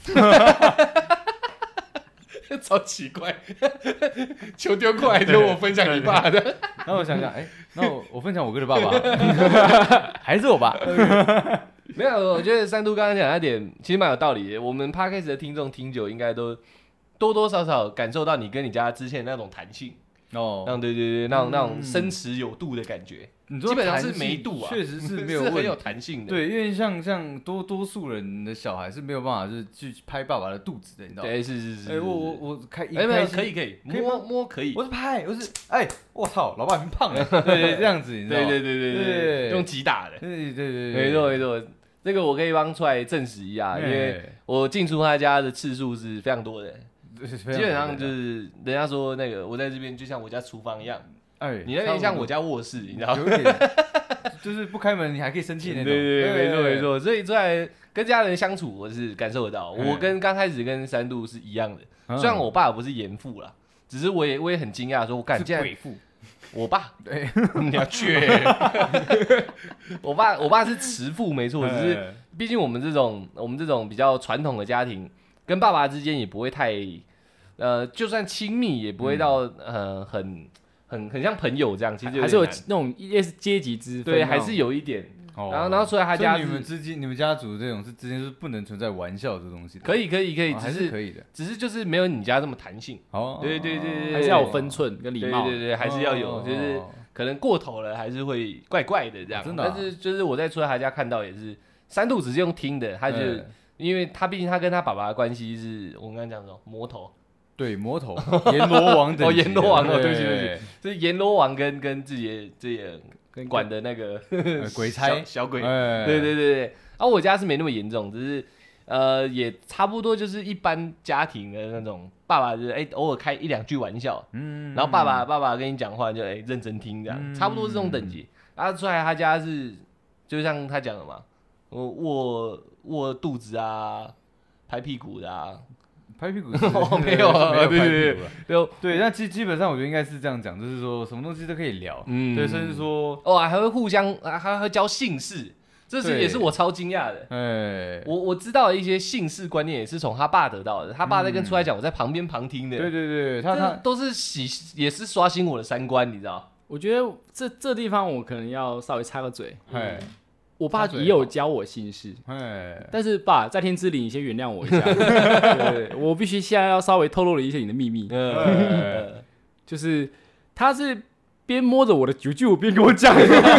超奇怪，球丢过来就我分享你爸的。 然后我想想，那我分享我哥的爸爸，还是我爸？ 没有，我觉得三都刚刚讲那点其实蛮有道理的。我们 Podcast 的听众听久，应该都多多少少感受到你跟你家之前那种弹性对，那种深持有度的感觉。你基本上是没度啊， 确实是没有是很有弹性的。 对，因为像多数人的小孩是没有办法就是去拍爸爸的肚子的，你知道吗？ 对，是。 我可以摸可以。 我是我操，老爸很胖了。对，这样子，你知道吗？ 对，用击打的。 对， 没错。这个我可以帮出来证实一下，因为我进出他家的次数是非常多的。基本上就是人家说那个我在这边就像我家厨房一样，你那边像我家卧室，你知道吗？ 就是不开门你还可以生气那种。 对，没错。所以出来跟家人相处，我是感受得到。我跟刚开始跟三度是一样的，虽然我爸不是严父啦，只是我也很惊讶，说我干竟然鬼父。 我爸对，你要去。我爸是慈父没错，只是毕竟我们这种比较传统的家庭。跟爸爸之间也不会太，就算亲密也不会到很像朋友这样，其实还是有那种类似阶级之分， 对，还是有一点。然后出来他家， 你们家族这种之间是不能存在玩笑这东西的。 可以， 还是可以的， 只是就是没有你家这么弹性。对， 还是要有分寸跟礼貌。 对，还是要有，就是可能过头了，还是会怪怪的这样。真的。但是就是我在出来他家看到也是，三度只是用听的，他就。因为他毕竟他跟他爸爸的关系是我们刚刚讲的魔头， 对魔头阎罗王的阎罗王对不起，就是阎罗王跟自己管的那个鬼差小鬼，对。然后我家是没那么严重，只是也差不多就是一般家庭的那种，爸爸就是偶尔开1-2句玩笑，然后爸爸跟你讲话就认真听这样，差不多是这种等级。然后出来他家是就像他讲的嘛，握肚子啊，拍屁股的啊， 拍屁股没有啊， 对，那基本上我觉得应该是这样讲，就是说什么东西都可以聊，对，甚至说还会互相还会教姓氏，这是也是我超惊讶的。我知道的一些姓氏观念也是从他爸得到的，他爸在跟出来讲，我在旁边旁听的。 对， 他都是也是刷新我的三观，你知道？ 我觉得这地方我可能要稍微插个嘴。我爸也有教我姓氏，但是爸在天之灵，你先原谅我一下，对，我必须现在要稍微透露了一些你的秘密，就是他是边摸着我的啾啾边跟我讲，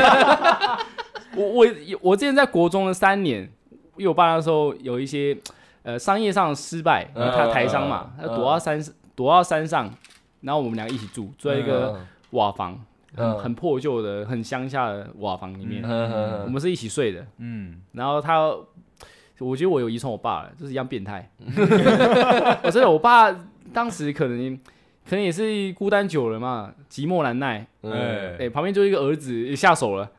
我之前在国中的3年，因为我爸那时候有一些商业上的失败，因为他台商嘛，他躲到山上，然后我们2个一起住在一个瓦房。 很破旧的、很乡下的瓦房里面，我们是一起睡的。然后我觉得我有遗传我爸了，就是一样变态。我真的，我爸当时可能也是孤单久了嘛，寂寞难耐。旁边就一个儿子也下手了。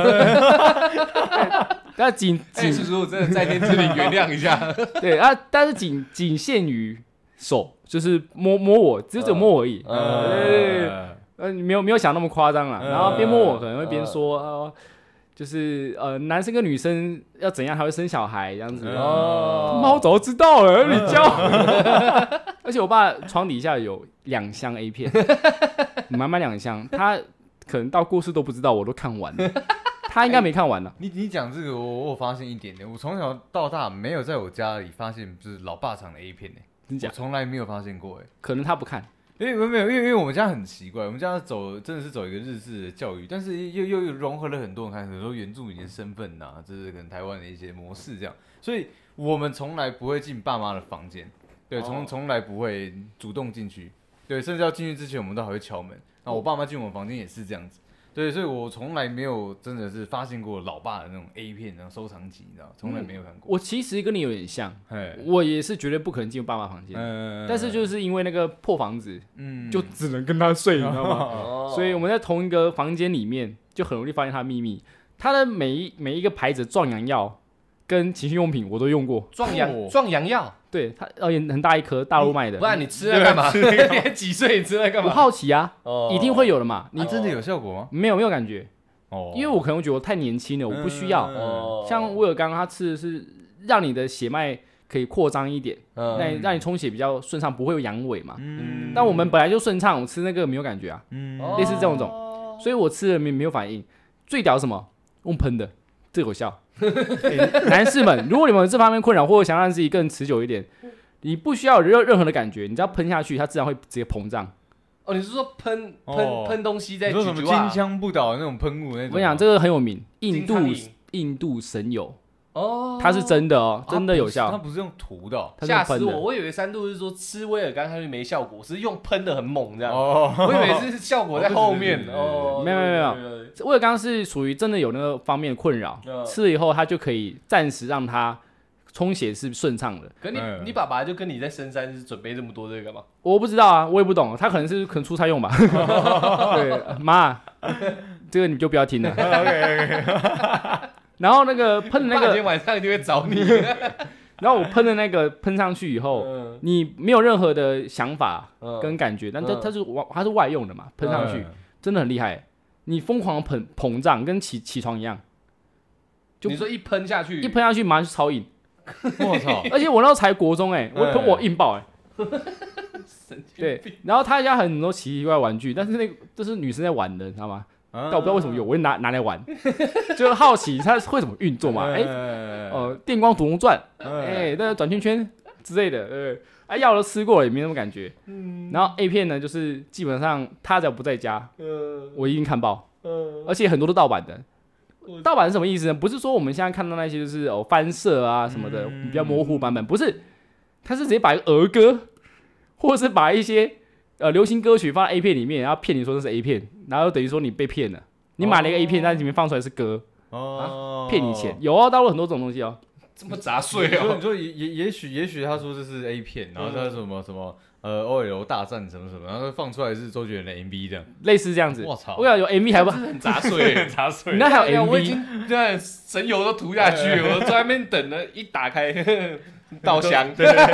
但叔叔真的在天之灵原谅一下。 对啊，但是仅限于手，就是摸我，只有摸我而已。没有想那么夸张啦。然后边摸我可能会边说就是男生跟女生要怎样才会生小孩这样子。妈，我早就知道了，你教。而且我爸床底下有2箱 A 片，满满2箱，他可能到过世都不知道，我都看完了。他应该没看完呢。 你讲这个，我有发现一点点，我从小到大没有在我家里发现就是老爸藏的 A 片我从来没有发现过可能他不看。 因为我们家很奇怪，我们家真的是走一个日式的教育，但是又融合了很多人，很多原住民的身份呐，这是可能台湾的一些模式这样，所以我们从来不会进爸妈的房间，对，从来不会主动进去，对，甚至要进去之前，我们都还会敲门。那我爸妈进我们房间也是这样子。对，所以我从来没有真的是发现过老爸的那种 A 片那种收藏集，你知道，从来没有看过。 我其实跟你有点像，我也是绝对不可能进入爸妈房间，但是就是因为那个破房子，就只能跟他睡，你知道吗？所以我们在同一个房间里面，就很容易发现他的秘密。他的每一个牌子壮阳药跟情趣用品我都用过。 壮阳药， 对，它很大一颗，大陆卖的。 不然你吃了干嘛？你几岁？你吃了干嘛？ 我好奇啊，一定会有的嘛。 你真的有效果吗？ 没有感觉。因为我可能觉得我太年轻了，我不需要。像威尔刚他吃的是让你的血脉可以扩张一点，让你充血比较顺畅，不会有阳痿嘛。但我们本来就顺畅，我吃那个没有感觉啊。类似这种，所以我吃了没有反应。最屌是什么？用喷的，这有效。男士们，如果你们有这方面困扰，或者想让自己更持久一点，你不需要有任何的感觉，你只要喷下去，它自然会直接膨胀。 你是说喷东西在？ 你说什么金枪不倒的那种喷雾那种？ 我跟你讲，这个很有名，印度神油。它是真的真的有效。 它不是用涂的。 吓死我！我以为3度是说吃威尔刚它就没效果，是用喷的很猛这样。我以为是效果在后面。 没有。威尔刚是属于真的有那个方面的困扰，吃了以后它就可以暂时让它充血是顺畅的。 可你爸爸就跟你在深山是准备这么多这个干嘛？ 我不知道啊，我也不懂，他可能出差用吧。对，妈，这个你就不要听了。OK。然后那个喷的那个， 今天晚上一定会找你。 然后我喷的那个喷上去以后，你没有任何的想法跟感觉，但它是外用的嘛，喷上去真的很厉害。你疯狂膨胀，跟起床一样。 你说一喷下去马上就超硬。 我操！ 而且我那时候才国中我喷我硬爆对，然后他家很多奇怪玩具，但是那个都是女生在玩的，你知道吗？但我不知道为什么有，我会拿来玩，就好奇它会怎么运作嘛？电光独龙转，那个转圈圈之类的，药都吃过了也没什么感觉。然后 A 片呢，就是基本上他只要不在家，我一定看爆，而且很多都盗版的。盗版是什么意思呢？不是说我们现在看到那些就是翻色啊什么的比较模糊版本，不是，他是直接把一个儿歌，或者是把一些流行歌曲放在 A 片里面，然后骗你说这是 A 片，然后等于说你被骗了，你买了一个 A 片，但里面放出来是歌，骗你钱。有大陆很多这种东西这么杂碎你说也许他说这是 A 片，然后他说什么OL 大战什么什么，然后放出来是周杰伦的 MV 这样， 类似这样子。 我操！ 我想有 MV 还不很杂碎，很杂碎。 你那还有 MV？ 我已经神油都涂下去了，我在那边等了，一打开稻香，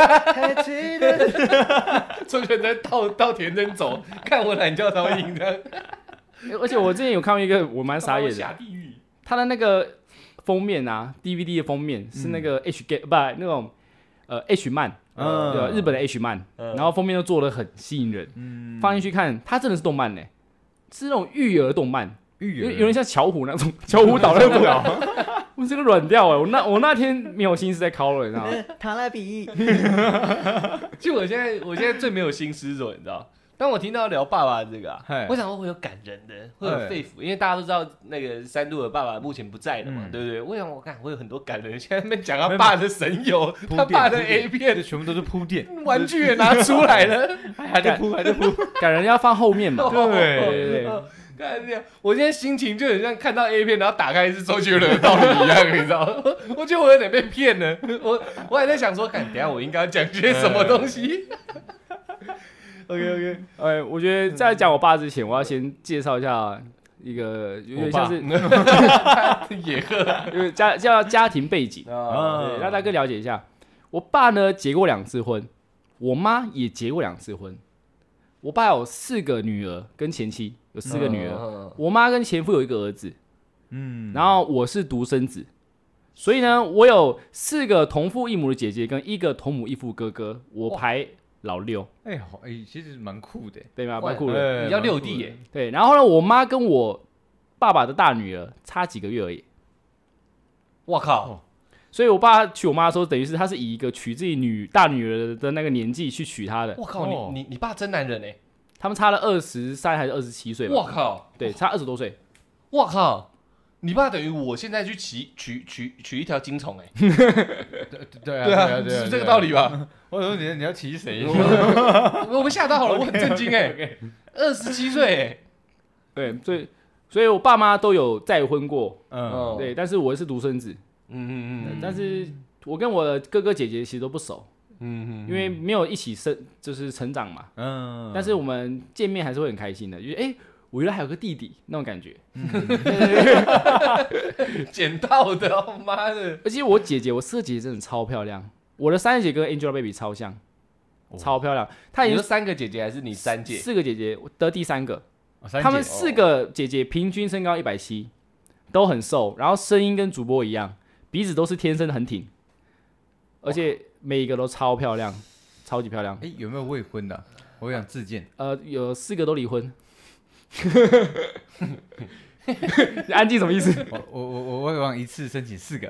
周杰伦在稻田中走，看我懒觉超硬的。 而且我之前有看过一个我蛮傻眼的， 下地狱。 他的那个封面啊 ，DVD 的封面是那个 H 那种H 漫，日本的 H 漫，然后封面都做得很吸引人，放进去看，它真的是动漫呢，是那种育儿动漫，有点像巧虎那种，巧虎岛那种。我这个软掉我那天没有心思在敲了，你知道吗？ 塔拉比。 就我现在最没有心思是什么，你知道？当我听到聊爸爸这个我想说会有感人的，会有肺腑，因为大家都知道那个3度的爸爸目前不在了嘛，对不对？我想会有很多感人，现在那边讲他爸的神游，他爸的 A 片， 全部都是铺垫， 玩具也拿出来了， 还在铺， 感人要放后面嘛。 对， 看这样，我现在心情就很像看到 A 片，然后打开是周杰伦的道理一样，你知道吗？我觉得我有点被骗了。我还在想说，等一下我应该要讲些什么东西。OK， 我觉得在讲我爸之前，我要先介绍一下一个有点像是野鹤， 因为叫家庭背景对，让大哥了解一下。我爸呢结过2次婚，我妈也结过2次婚。我爸有4个女儿跟前妻，有4个女儿。我妈跟前夫有1个儿子，然后我是独生子，所以呢，我有4个同父异母的姐姐跟1个同母异父哥哥，我排老6。 其实蛮酷的， 对吗？蛮酷的， 你叫6弟耶。 对，然后呢，我妈跟我爸爸的大女儿差几个月而已。 我靠！ 所以我爸娶我妈的时候，等于是他是以一个娶自己大女儿的那个年纪去娶她的。 我靠，你爸真男人哎！ 他们差了23还是27岁吧？ 我靠， 对，差20多岁。 我靠，你爸等于我现在去娶一条金虫哎！ 对啊， 是这个道理吧？ 我说你要骑谁？ 我们吓到了，我很震惊哎！27岁哎！ 对，所以我爸妈都有再婚过，对，但是我是独生子。但是我跟我的哥哥姐姐其实都不熟，因为没有一起就是成长嘛，但是我们见面还是会很开心的，就是我原来还有个弟弟那种感觉， 捡到的，妈的！ 而且我4个姐姐真的超漂亮，我的3姐跟 Angelababy 超像，超漂亮。她你说3个姐姐还是你3姐 ？4个姐姐，我得第3个，她们4个姐姐平均身高170，都很瘦，然后声音跟主播一样。鼻子都是天生的很挺，而且每一个都超漂亮，超级漂亮。 有没有未婚的？我想自荐。 有4个都离婚。安静什么意思？ 我会往一次申请4个。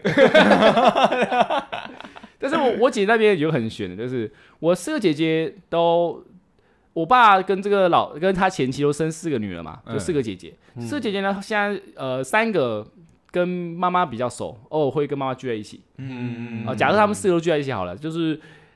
但是我姐那边有很悬的，就是我4个姐姐都，我爸跟跟他前妻都生4个女儿嘛，就4个姐姐。4个姐姐呢，现在3个。跟妈妈比较熟，偶尔会跟妈妈聚在一起。假设他们4个都聚在一起好了，就是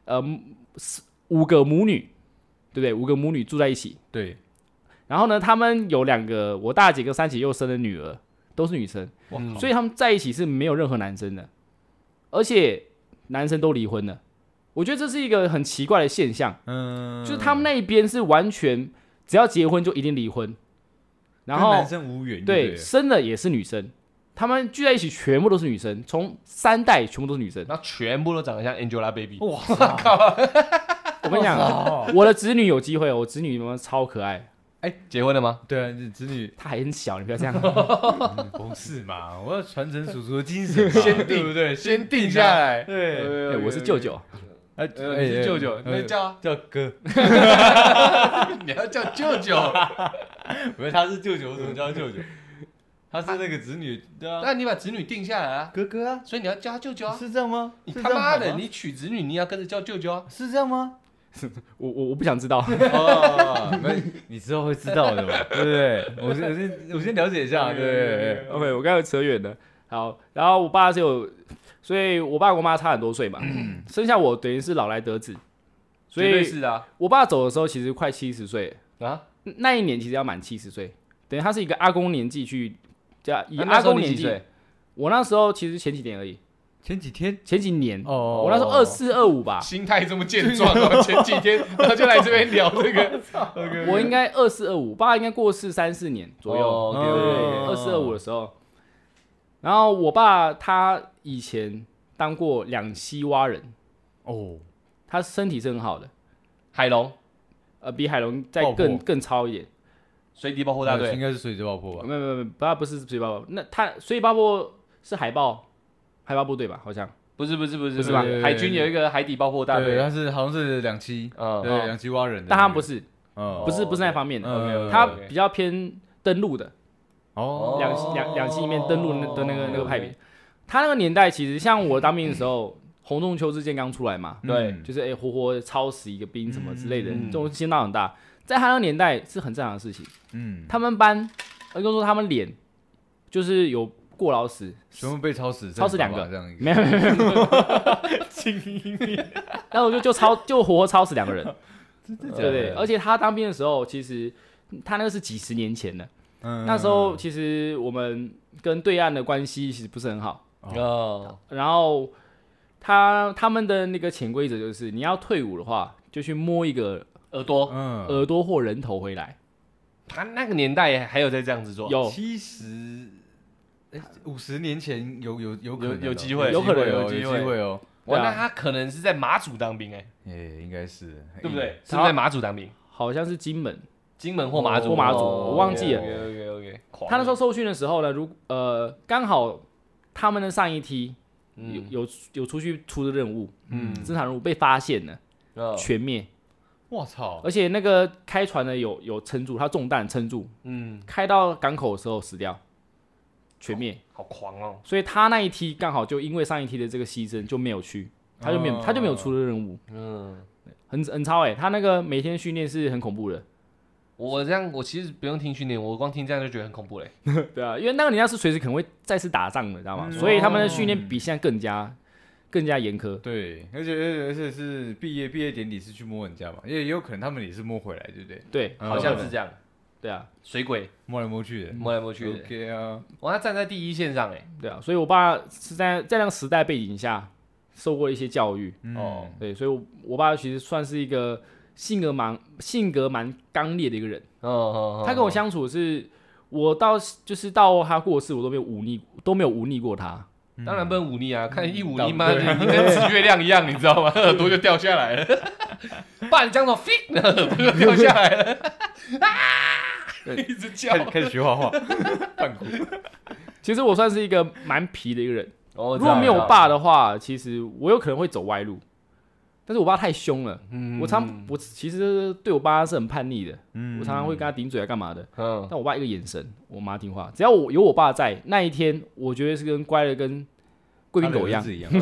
5个母女，对不对？5个母女住在一起。 对。 然后呢，他们有2个，我大姐跟3姐又生的女儿，都是女生，所以他们在一起是没有任何男生的，而且男生都离婚了。我觉得这是一个很奇怪的现象，就是他们那一边是完全只要结婚就一定离婚，然后跟男生无缘， 对，生的也是女生。他们聚在一起，全部都是女生，从3代全部都是女生， 然后全部都长得像 Angelababy。 哇靠！ 我跟你讲，我的侄女有机会，我侄女们超可爱。 结婚了吗？ 对啊，侄女她还很小，你不要这样。 不是嘛？我要传承叔叔的精神，先定，对不对？ 先定下来。 对，我是舅舅。 你是舅舅，那叫哥。 你要叫舅舅？ 不是，他是舅舅，我怎么叫舅舅？他是那个子女，对啊。 那你把子女定下来啊， 哥哥啊， 所以你要叫他舅舅啊。 是这样吗？ 你他妈的，你娶子女，你要跟着叫舅舅啊？ 是这样吗？ 我不想知道。 你之后会知道的嘛，对不对？我先了解一下，对。 OK， 我刚才扯远了。好，然后我爸是有，所以我爸跟我妈差很多岁嘛，生下我等于是老来得子，所以是啊。 我爸走的时候其实快70岁啊，那一年其实要满70岁，等于他是一个阿公年纪去。以阿公年纪，我那时候其实前几年而已， 前几年哦，我那时候24、25吧， 心态这么健壮哦，前几天然后就来这边聊这个， 我应该24、25，爸应该过世3、4年左右，对，24、25的时候，然后我爸他以前当过2栖蛙人哦，他身体是很好的， 海龙， 比海龙再更超一点。 水底爆破大队应该是水底爆破吧？ 没有，他不是水底爆破。那他水底爆破是海豹部队吧？好像不是吧？海军有一个海底爆破大队， 他是好像是2栖，对，2栖蛙人。 但他不是，不是那方面的，他比较偏登陆的。哦，两栖里面登陆的那个派别。他那个年代其实像我当兵的时候，洪仲秋之剑刚出来嘛，对，就是活超死一个兵什么之类的，这种心闹很大。在他那个年代是很正常的事情。他们班，跟说他们连就是有过劳死， 全部被超死 2个，没有，然后就活超死2个人，对，而且他当兵的时候，其实他那个是几10年前的， 那时候其实我们跟对岸的关系其实不是很好然后他们的那个潜规则就是你要退伍的话，就去摸一个耳朵或人头回来。 他那个年代还有在这样子做， 有 50年前有可能有机会， 有可能有机会哦。 哇，那他可能是在马祖当兵应该是， 对不对？是不是在马祖当兵？ 好像是金门或马祖， 我忘记了。 OK。 他那时候受训的时候呢，刚好他们的上一梯有出去出的任务，侦察任务被发现了，全灭。 我操！ 而且那个开船的有撑住，他中弹撑住，开到港口的时候死掉，全灭。 好狂哦！ 所以他那一梯刚好就因为上一梯的这个牺牲就没有去，他就没有出的任务。很超他那个每天训练是很恐怖的。 我其实不用听训练，我光听这样就觉得很恐怖嘞。 对啊，因为那个年代是随时可能会再次打仗的，知道吗？所以他们的训练比现在更加严苛。 对，而且是毕业典礼是去摸人家嘛，也有可能他们也是摸回来，对不对？ 对， 好像是这样。 对啊， 水鬼摸来摸去的。 OK 啊，哇，他站在第一线上对啊，所以我爸是在那个时代背景下受过一些教育。对，所以我爸其实算是一个性格蛮刚烈的一个人。他跟我相处是，我到他过世，我都没有忤逆过他。 当然不能忤逆啊！看一忤逆嘛，你跟指月亮一样，你知道吗？耳朵就掉下来了。爸，你这样做 ，fit， 耳朵就掉下来了。一直叫， 开始学画画，半骨。 其实我算是一个蛮皮的一个人。如果没有我爸的话，其实我有可能会走歪路。但是我爸太凶了，我其实对我爸是很叛逆的，我常常会跟他顶嘴啊干嘛的。但我爸一个眼神，我妈听话。只要有我爸在那一天，我觉得是乖的跟贵宾狗一样。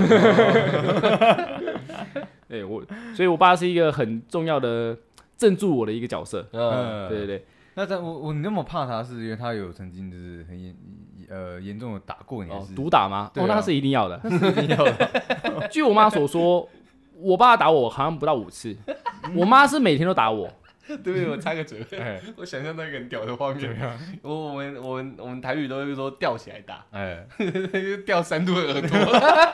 对所以我爸是一个很重要的镇住我的一个角色。对。 那你那么怕他，是因为他有曾经就是很严重的打过你，还是毒打吗？那是一定要的。据我妈所说，我爸打我好像不到5次，我妈是每天都打我。 对，我插个嘴，我想象那个很屌的画面。我们台语都会说吊起来打，吊3度的耳朵。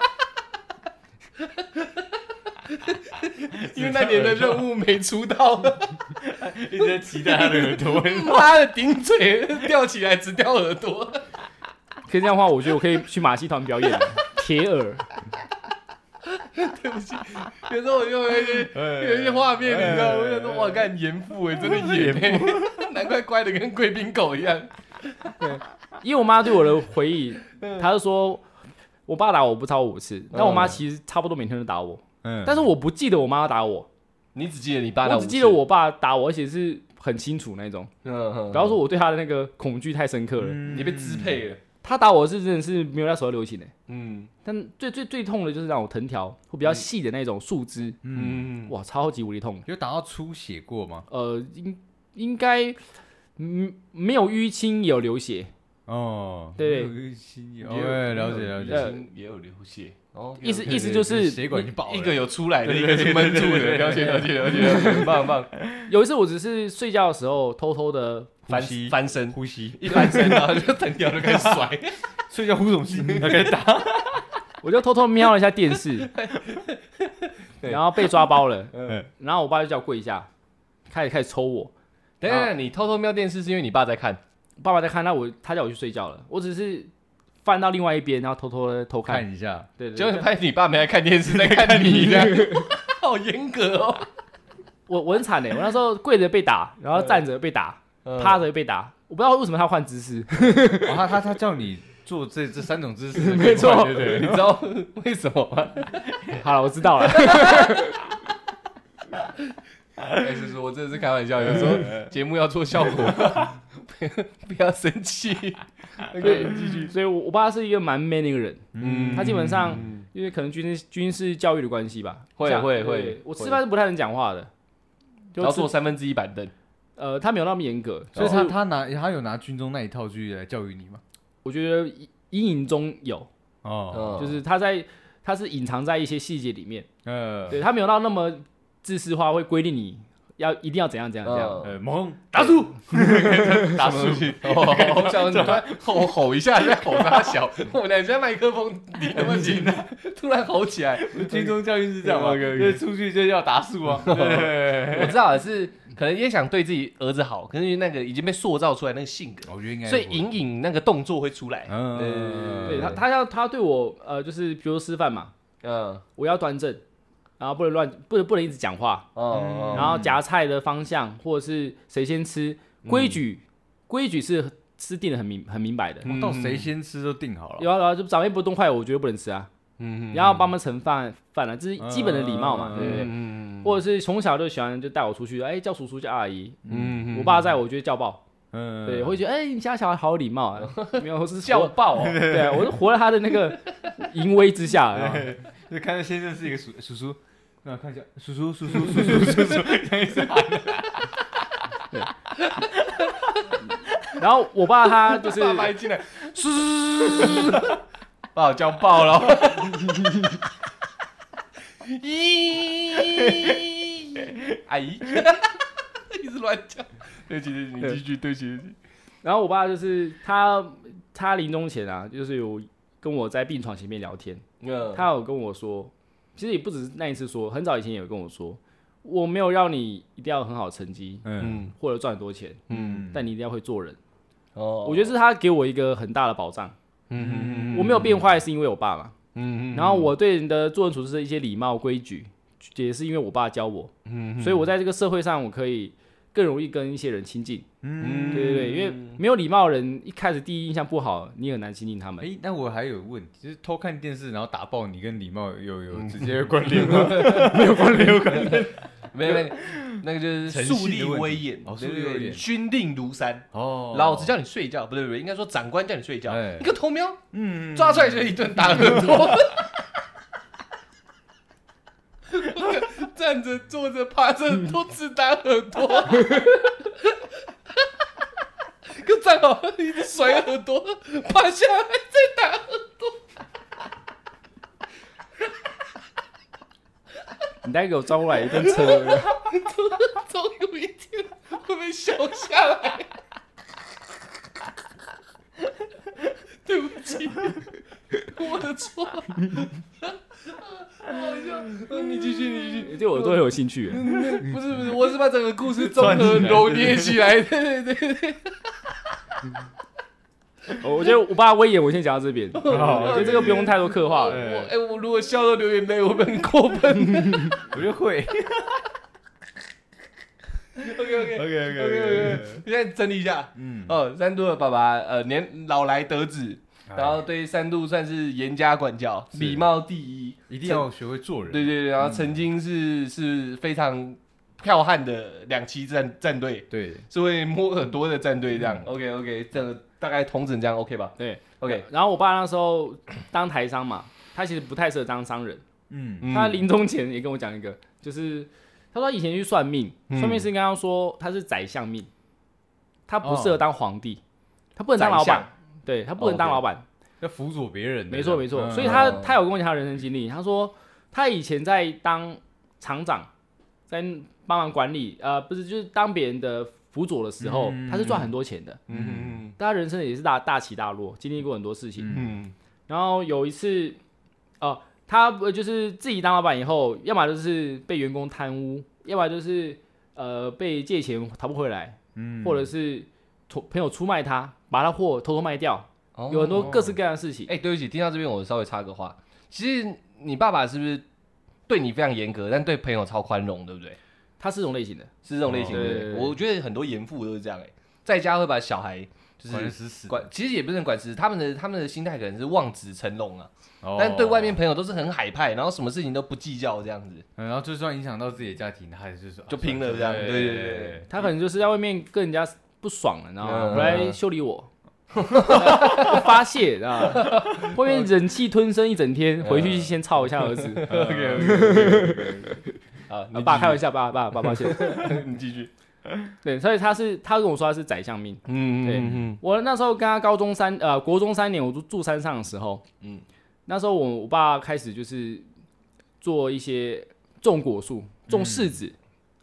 因为那年的任务没出到， 一直在期待他的耳朵。 妈的，顶嘴吊起来只吊耳朵。 可以这样的话，我觉得我可以去马戏团表演铁耳。 对不起，有时候我就有一些画面，你知道，我就说哇，干严父真的严，难怪乖的跟贵宾狗一样。 对，因为我妈对我的回忆，她就说我爸打我不超过5次，但我妈其实差不多每天都打我。但是我不记得我妈打我， 你只记得你爸打我， 我只记得我爸打我，而且是很清楚那种。不要说我对他的那个恐惧太深刻了， 你被支配了。 他打我是真的是没有在手流行的。但最痛的就是让我藤条或比较细的那种树枝。哇，超级无敌痛。 有打到出血过吗？ 应该没有淤青，也有流血。对， 淤青了解， 也有流血。 意思就是血管已经爆了， 一个有出来的，一个是闷住的。了解，很棒。 有一次我只是睡觉的时候偷偷的翻身呼吸， 一翻身然后就藤条就开始甩， 睡觉呼什么气？开始打， 我就偷偷瞄了一下电视，然后被抓包了。然后我爸就叫我跪下，开始抽我。 等一下，你偷偷瞄电视是因为你爸在看？ 爸爸在看，他叫我去睡觉了，我只是翻到另外一边，然后偷看一下。 对， 结果发现你爸没在看电视，在看你这样，好严格哦。 我很惨我那时候跪着被打，然后站着被打，趴着被打，我不知道为什么他换姿势。 他叫你做这3种姿势， 没错， 你知道为什么吗？ 好了，我知道了。 是说我真的是开玩笑，有时候节目要做效果，不要生气。继续。 所以我爸是一个蛮 man 的一个人。他基本上因为可能军事教育的关系吧， 会。 我吃饭是不太能讲话的， 要坐1/3板凳。 他没有那么严格， 所以他有拿军中那一套去来教育你吗？ 我觉得阴影中有就是他是隐藏在一些细节里面。对，他没有到那么自私化，会规定你一定要怎样怎样怎样， 猛打树， 打树，我想突然吼一下，在吼他小，我俩在麦克风离那么近，突然吼起来。 军中教育是这样吗？对，出去就要打树啊。 我知道是可能也想对自己儿子好，可是那个已经被塑造出来那个性格， 我觉得应该， 所以隐隐那个动作会出来。 对，他对我就是比如示范嘛，我要端正。然后不能一直讲话，然后夹菜的方向或者是谁先吃，规矩是定的很明白的， 到谁先吃都定好了。 然后就长辈不动筷，我绝对不能吃啊。然后帮他们盛饭了，这是基本的礼貌嘛，对不对？或者是从小就喜欢就带我出去，叫叔叔叫阿姨，我爸在我就叫爆。对，会觉得你家小孩好有礼貌啊，没有是叫爆哦。 对啊，我是活在他的那个淫威之下， 就看到先生是一个叔叔。那看一下，叔叔，看一下。 然后我爸他就是爸爸一进来，把我叫爆了。阿姨，一直乱叫。对不起，你继续，对不起。 然后我爸就是他临终前啊，就是有跟我在病床前面聊天，他有跟我说。其实也不只是那一次说，很早以前也有跟我说，我没有让你一定要很好的成绩，或者赚很多钱，但你一定要会做人。我觉得是他给我一个很大的保障。我没有变坏是因为我爸嘛，然后我对人的做人处事的一些礼貌规矩，也是因为我爸教我，所以我在这个社会上我可以更容易跟一些人亲近。对，因为没有礼貌的人一开始第一印象不好，你很难亲近他们。 那我还有问题，就是偷看电视然后打爆你跟礼貌有直接的关联吗？没有关联， 没有，那个就是树立威严，对，军令如山。老子叫你睡觉，不对，应该说长官叫你睡觉，你个偷瞄，抓出来就一顿打耳朵。站着、坐着、趴着都只打耳朵，给我站好，一直甩耳朵，趴下来再打耳朵。 你再给我抓过来一顿车， 总有一天会被笑下来。对不起，我的错。好笑，你继续， 对我都很有兴趣。 不是，我是把整个故事综合揉捏起来。对。 我觉得我爸威严，我先讲到这边。我觉得这个不用太多刻画了。 我如果笑到流眼泪，我会很过分。 我觉得会。 OK， 现在整理一下。三度的爸爸老来得子。然后对三度算是严加管教，礼貌第一， 一定要学会做人。 对，然后曾经是非常剽悍的2栖战队， 对， 是会摸耳朵的战队这样。OK， 这个大概统整这样 OK 吧？ 对 ，OK。 然后我爸那时候当台商嘛，他其实不太适合当商人。他临终前也跟我讲一个，就是他说他以前去算命，算命师跟他说他是宰相命，他不适合当皇帝，他不能当老板。对，他不能当老板， 要辅佐别人。 没错，所以他有跟我讲他人生经历。他说他以前在当厂长，在帮忙管理，不是就是当别人的辅佐的时候，他是赚很多钱的。但他人生也是大起大落，经历过很多事情。然后有一次，他就是自己当老板以后，要么就是被员工贪污，要么就是被借钱讨不回来，或者是朋友出卖他，把他货偷偷卖掉，有很多各式各样的事情。 对不起，听到这边我稍微插个话，其实你爸爸是不是对你非常严格，但对朋友超宽容，对不对？ 他是这种类型的， 是这种类型的。我觉得很多严父都是这样，在家会把小孩就是管死死， 其实也不是管死，他们的心态可能是望子成龙啊，但对外面朋友都是很海派，然后什么事情都不计较这样子， 然后就算影响到自己的家庭，他还是说就拼了这样。对， 他可能就是在外面跟人家不爽了，然后回来修理我。发泄，知道吗？后面忍气吞声一整天，回去先操一下儿子。OK， 啊，爸开玩笑，爸抱歉， 你继续。 对，所以他跟我说他是宰相命。对，我那时候跟他国中3年，我住山上的时候，那时候我爸开始就是做一些种果树、种柿子，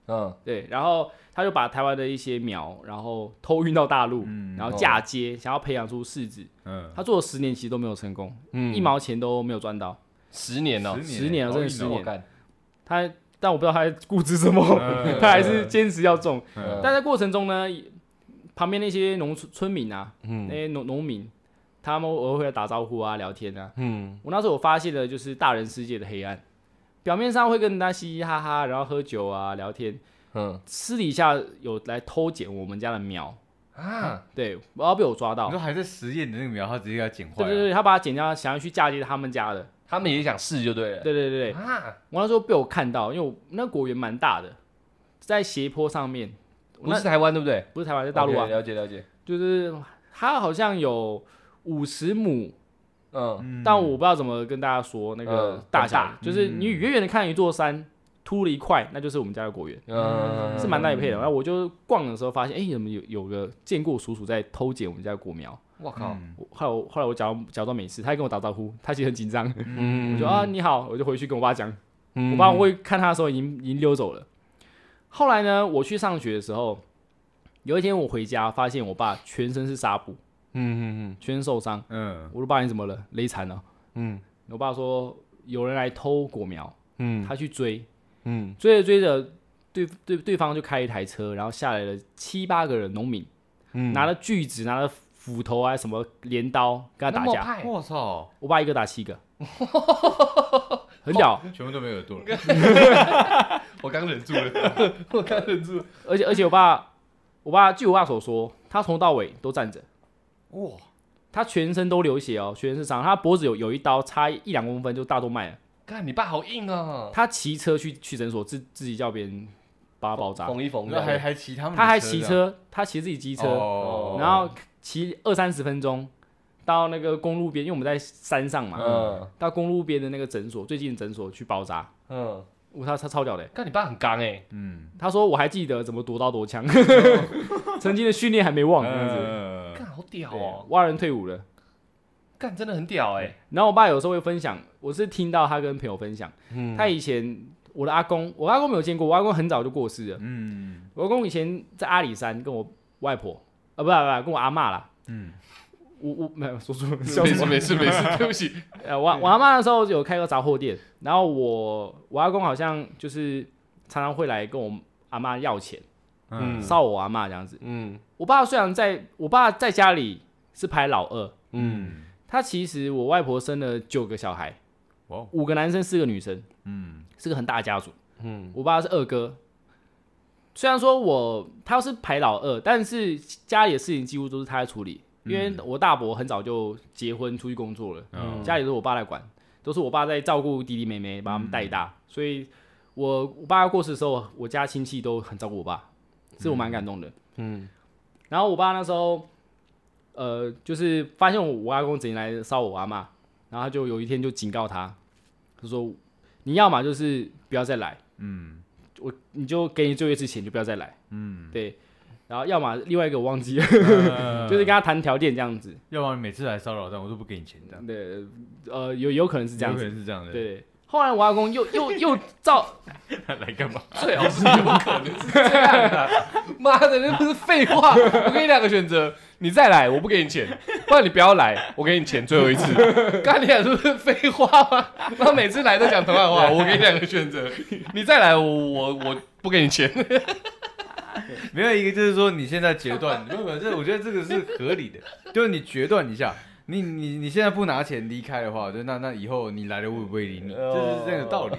对，然后他就把台湾的一些苗，然后偷运到大陆，然后嫁接，想要培养出柿子。他做了10年，其实都没有成功，1毛钱都没有赚到。 10年哦 ，10年了，真的10年。但我不知道他在固执什么，他还是坚持要种。但在过程中呢，旁边那些村民啊，那些农民，他们偶尔会来打招呼啊、聊天啊。我那时候我发现了，就是大人世界的黑暗。表面上会跟人家嘻嘻哈哈，然后喝酒啊、聊天。私底下有来偷捡我们家的苗啊，对，然后被我抓到。 你说还在实验的那个苗，他直接给它剪坏了。 对，他把它剪掉，想要去嫁接他们家的。 他们也想试就对了。 对啊！我那时候被我看到，因为我那果园蛮大的，在斜坡上面。 不是台湾对不对？ 不是台湾，在大陆啊。 了解。 就是它好像有50亩，但我不知道怎么跟大家说那个大小，就是你远远的看一座山。秃了一块，那就是我们家的果园，是蛮大一片的。然后我就逛的时候发现，怎么有个见过叔叔在偷捡我们家的果苗？ 我靠！ 后来我假装没事，他还跟我打招呼，他其实很紧张。我说你好，我就回去跟我爸讲。我爸会看他的时候已经溜走了。后来呢，我去上学的时候，有一天我回家发现我爸全身是纱布，全身受伤。我说爸你怎么了？勒残了。我爸说有人来偷果苗，他去追。追着，对方就开一台车，然后下来了7、8个人农民，拿了锯子、拿了斧头啊什么镰刀跟他打架。 我操！ 我爸一个打7个，很屌， 全部都没有耳朵了。 我刚忍住了， 而且我爸据我爸所说，他从头到尾都站着。哇！他全身都流血哦，全身是伤，他脖子有一刀插1、2公分就大动脉了。 看你爸好硬啊！ 他骑车去诊所，自己叫别人把他包扎， 缝一缝。 还骑他们？ 他还骑车，他骑自己机车，然后骑20-30分钟到那个公路边，因为我们在山上嘛，到公路边的那个诊所，最近的诊所去包扎。他超屌的。 看你爸很刚他说我还记得怎么夺刀夺枪，曾经的训练还没忘，这样子。 看好屌哦！ 蛙人退伍了。 干真的很屌然后我爸有时候会分享，我是听到他跟朋友分享，他以前我阿公没有见过，我阿公很早就过世了，我阿公以前在阿里山跟我外婆，不跟我阿嬷啦，我没有说错， 没事，对不起， 我阿嬷那时候有开个杂货店，然后我阿公好像就是常常会来跟我阿嬷要钱，烧我阿嬷这样子，我爸虽然在家里是排老二，他其实我外婆生了9个小孩，5个男生4个女生，是个很大的家族。我爸是2哥，虽然说他是排老二，但是家里的事情几乎都是他在处理，因为我大伯很早就结婚出去工作了，家里都是我爸在管，都是我爸在照顾弟弟妹妹，把他们带大，所以我爸过世的时候，我家亲戚都很照顾我爸，是我蛮感动的。然后我爸那时候。就是发现我阿公整天来烧我阿嬷，然后他就有一天就警告他，就说你要嘛就是不要再来，你就给你最后一次钱就不要再来，对，然后要么另外一个我忘记了，就是跟他谈条件这样子， 要不然每次来骚扰，但我都不给你钱的， 对，有可能是这样子， 有可能是这样的， 对。后来我阿公又照来干嘛？ 最好是有可能是这样的，妈的，那不是废话！我给你2个选择，你再来，我不给你钱；不然你不要来，我给你钱最后一次。刚你俩是不是废话吗？然后每次来都讲同样的话，我给你2个选择，你再来，我不给你钱。 没有一个就是说你现在决断，没有，我觉得这个是合理的，就是你决断一下。你现在不拿钱离开的话，就那以后你来了会不会理你？这是这样的道理，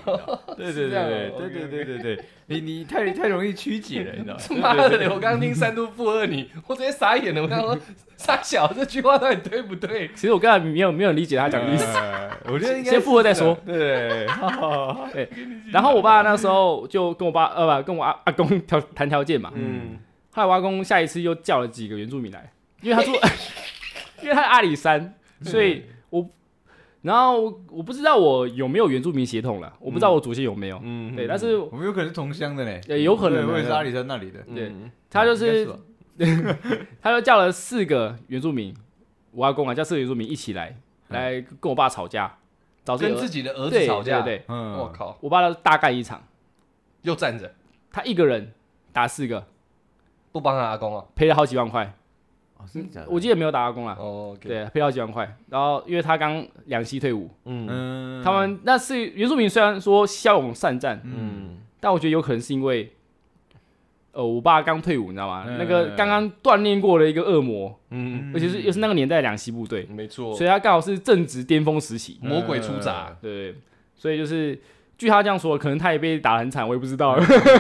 对，你太容易曲解了，你知道吗？ 妈的，我刚刚听3度附和你，我直接傻眼了。我刚说傻小这句话到底对不对？ 其实我刚才没有理解他讲的意思， 我觉得应该先附和再说。 对， 然后我爸那时候就跟我阿公谈条件嘛，后来我阿公下一次又叫了几个原住民来，因为他住。因为他在阿里山，所以然后我不知道我有没有原住民血统了，我不知道我祖先有没有，对，但是我们有可能是同乡的呢， 有可能， 我也是阿里山那里的， 对，他就是他就叫了4个原住民，我阿公叫4个原住民一起来跟我爸吵架， 跟自己的儿子吵架， 对， 我靠， 我爸大干一场， 又站着， 他一个人打4个， 不帮他阿公啊， 赔了好几万块。 真的假的？ 我记得没有打阿公啦。 OK 对，赔了好几万块。然后因为他刚2栖退伍，他们那是原住民，虽然说骁勇善战，但我觉得有可能是因为。我爸刚退伍，你知道吗？那个刚刚锻炼过的一个恶魔，而且又是那个年代的2栖部队， 没错， 所以他刚好是正值巅峰时期， 魔鬼出闸， 对，所以就是据他这样说，可能他也被打得很惨，我也不知道。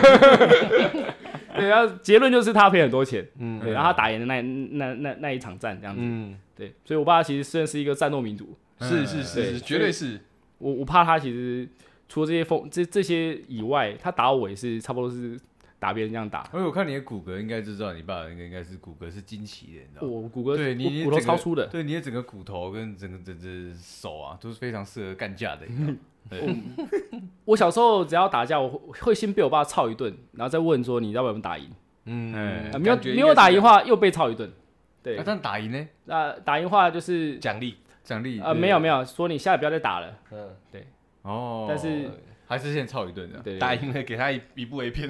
对，然后结论就是他赔很多钱，对，然后他打赢的那一场战这样子，对，所以我爸其实算是一个战斗民族， 是，绝对是。 我怕他其实除了这些以外，他打我也是差不多是。打别人这样打， 我看你的骨骼，应该就知道你爸应该是骨骼是惊奇的，你知道吗？ 我骨骼对你骨头超粗的， 对你的整个骨头跟整个手啊，都是非常适合干架的。 我小时候只要打架，我会先被我爸操一顿，然后再问说你要不要打赢？没有打赢的话又被操一顿。对， 但打赢呢？ 打赢的话就是奖励。 没有，说你下次不要再打了。对。 哦。 但是。 还是先操一顿的， 对， 打赢了给他一部 A 片。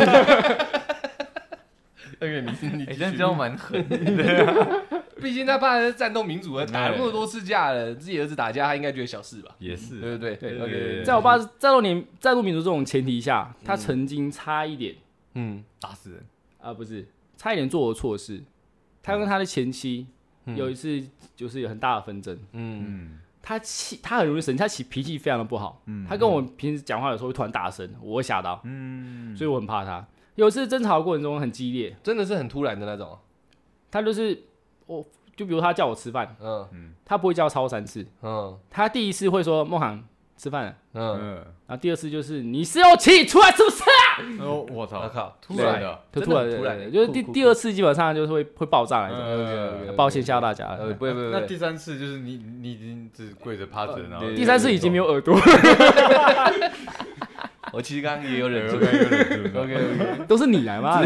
那个你这样教蛮狠的， 毕竟他爸是战斗民族的，打了那么多次架了，自己儿子打架他应该觉得小事吧？ 也是， 对。在我爸战斗民族这种前提下，他曾经差一点， 打死人啊，不是，差一点做了错事。他跟他的前妻有一次就是有很大的纷争，他很容易生气，他脾气非常的不好。他跟我平时讲话的时候会突然大声，我会吓到。所以我很怕他。有一次争吵的过程中很激烈， 真的是很突然的那种。 他就是就比如他叫我吃饭，他不会叫我超过3次。他第一次会说梦涵吃饭了，然后第2次就是你是要起出来是不是啊？ 我操， 突然的，就是第2次基本上就是会爆炸来着。抱歉吓到大家。 不会。 那第3次就是你已经是跪着趴着，然后第3次已经没有耳朵。 我其实刚刚也有忍住 ，OK， 都是你来嘛。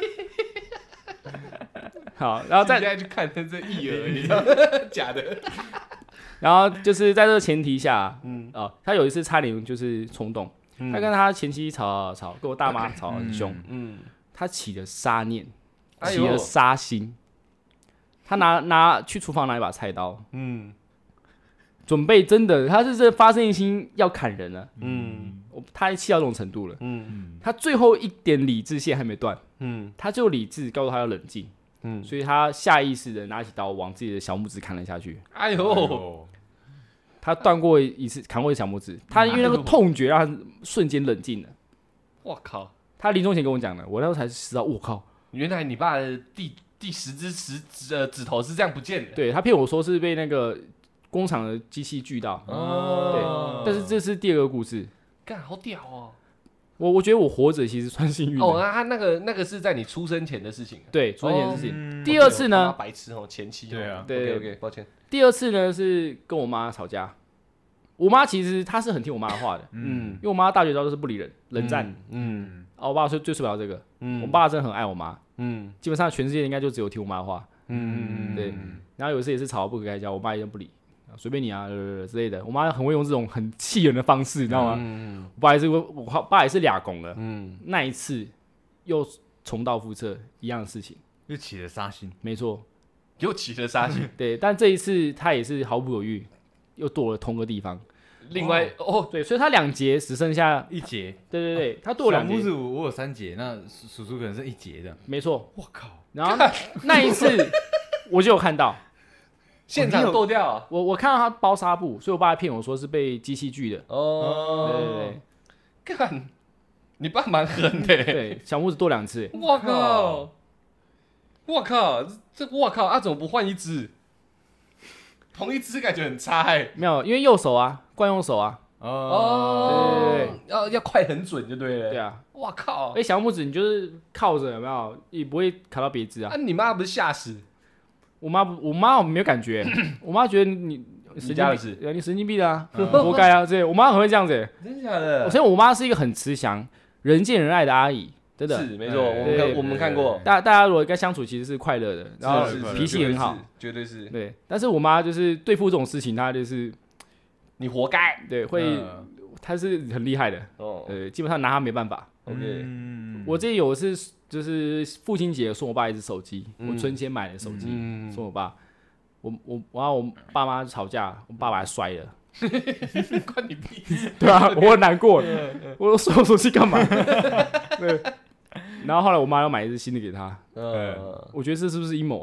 好，然后现在去看这异儿，你知道假的。 然后就是在这个前提下，他有一次差点就是冲动，他跟他前妻吵，跟我大妈吵很凶，他起了杀念，起了杀心，他拿去厨房拿一把菜刀，准备真的，他是发生一心要砍人了，他气到这种程度了，他最后一点理智线还没断，他就理智告诉他要冷静，所以他下意识的拿起刀往自己的小拇指砍了下去， 哎呦， 他断过一次，砍过一小拇指，他因为那个痛觉让他瞬间冷静了， 我靠， 他临终前跟我讲的，我那时候才知道，我靠， 原来你爸的第10只指头是这样不见的， 对他骗我说是被那个工厂的机器锯到，对，但是这是第2个故事。 干好屌哦！ 我觉得我活着其实算幸运的。 他那个是在你出生前的事情。 对，出生前的事情。第2次呢？ 白痴哦，前妻。 对啊。 对 ，OK， 抱歉。 第2次呢是跟我妈吵架。我妈其实她是很听我妈的话的，因为我妈大绝招都是不理人，冷战。我爸最受不了这个。我爸真的很爱我妈。基本上全世界应该就只有听我妈的话。对。然后有一次也是吵到不可开交，我妈也不理。随便你啊，之类的。我妈很会用这种很气人的方式，你知道吗？我爸也是俩拱了。那一次又重蹈覆辙，一样的事情， 又起了杀心。 没错， 又起了杀心。 对，但这一次他也是毫不犹豫，又剁了同个地方。 另外对，所以他2节只剩下 1节。 对，他剁2节。 小拇指我有3节，那叔叔可能是1节的。 没错。 我靠！ 然后那一次我就有看到。 现场剁掉啊！ 我看到他包纱布，所以我爸骗我说是被机器锯的。对， 看你爸蛮狠的。 对，小拇指剁2次。 我靠！怎么不换1只？同一只感觉很差没有，因为右手啊，惯用手啊。 对，要快很准就对了。 对啊。 我靠！ 小拇指你就是靠着有没有？也不会卡到别枝啊。 你妈不是吓死？我妈没有感觉，我妈觉得你神经病， 你神经病啊，活该啊！这我妈很会这样子， 真假的？ 所以我妈是一个很慈祥、人见人爱的阿姨，真的是没错。我们看过， 大家如果跟相处其实是快乐的，然后脾气很好， 绝对是。 对，但是我妈就是对付这种事情，她就是你活该， 对，她是很厉害的，基本上拿她没办法。 OK， 我这有是就是父亲节送我爸一只手机，我存钱买的手机送我爸。然后我爸妈吵架，我爸把它摔了。 关你屁事！ 对啊，我很难过。我摔我手机干嘛？对。然后后来我妈要买一只新的给他。我觉得这是不是阴谋？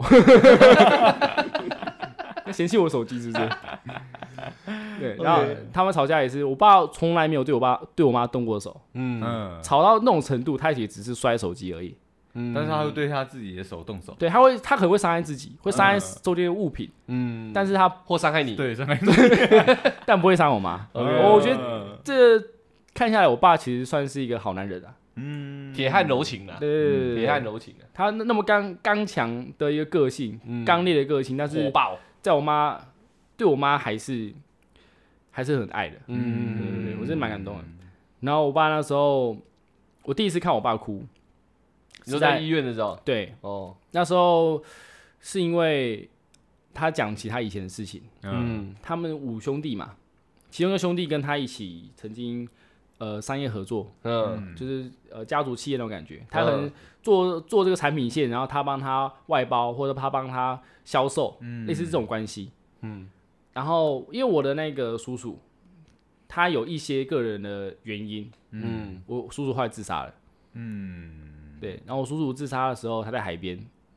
嫌弃我手机是不是？对，然后他们吵架也是，我爸从来没有对我妈动过手。吵到那种程度，他也只是摔手机而已。 但是他会对他自己的手动手。 对，他可能会伤害自己，会伤害周边的物品。但是他或伤害你。 对，伤害你。 但不会伤我妈。我觉得这看下来，我爸其实算是一个好男人啊。 铁汉柔情啊。对，铁汉柔情啊。 他那么刚强的一个个性，刚烈的个性，但是火爆， 在对我妈还是很爱的。对，我真的蛮感动的。然后我爸那时候，我第一次看我爸哭。 你说在医院的时候？ 对，那时候是因为他讲起他以前的事情。他们5兄弟嘛，其中一个兄弟跟他一起曾经商业合作，就是家族企业那种感觉。他可能做这个产品线，然后他帮他外包，或者他帮他销售，类似这种关系。然后因为我的那个叔叔，他有一些个人的原因，我叔叔后来自杀了。对，然后我叔叔自杀的时候，他在海边，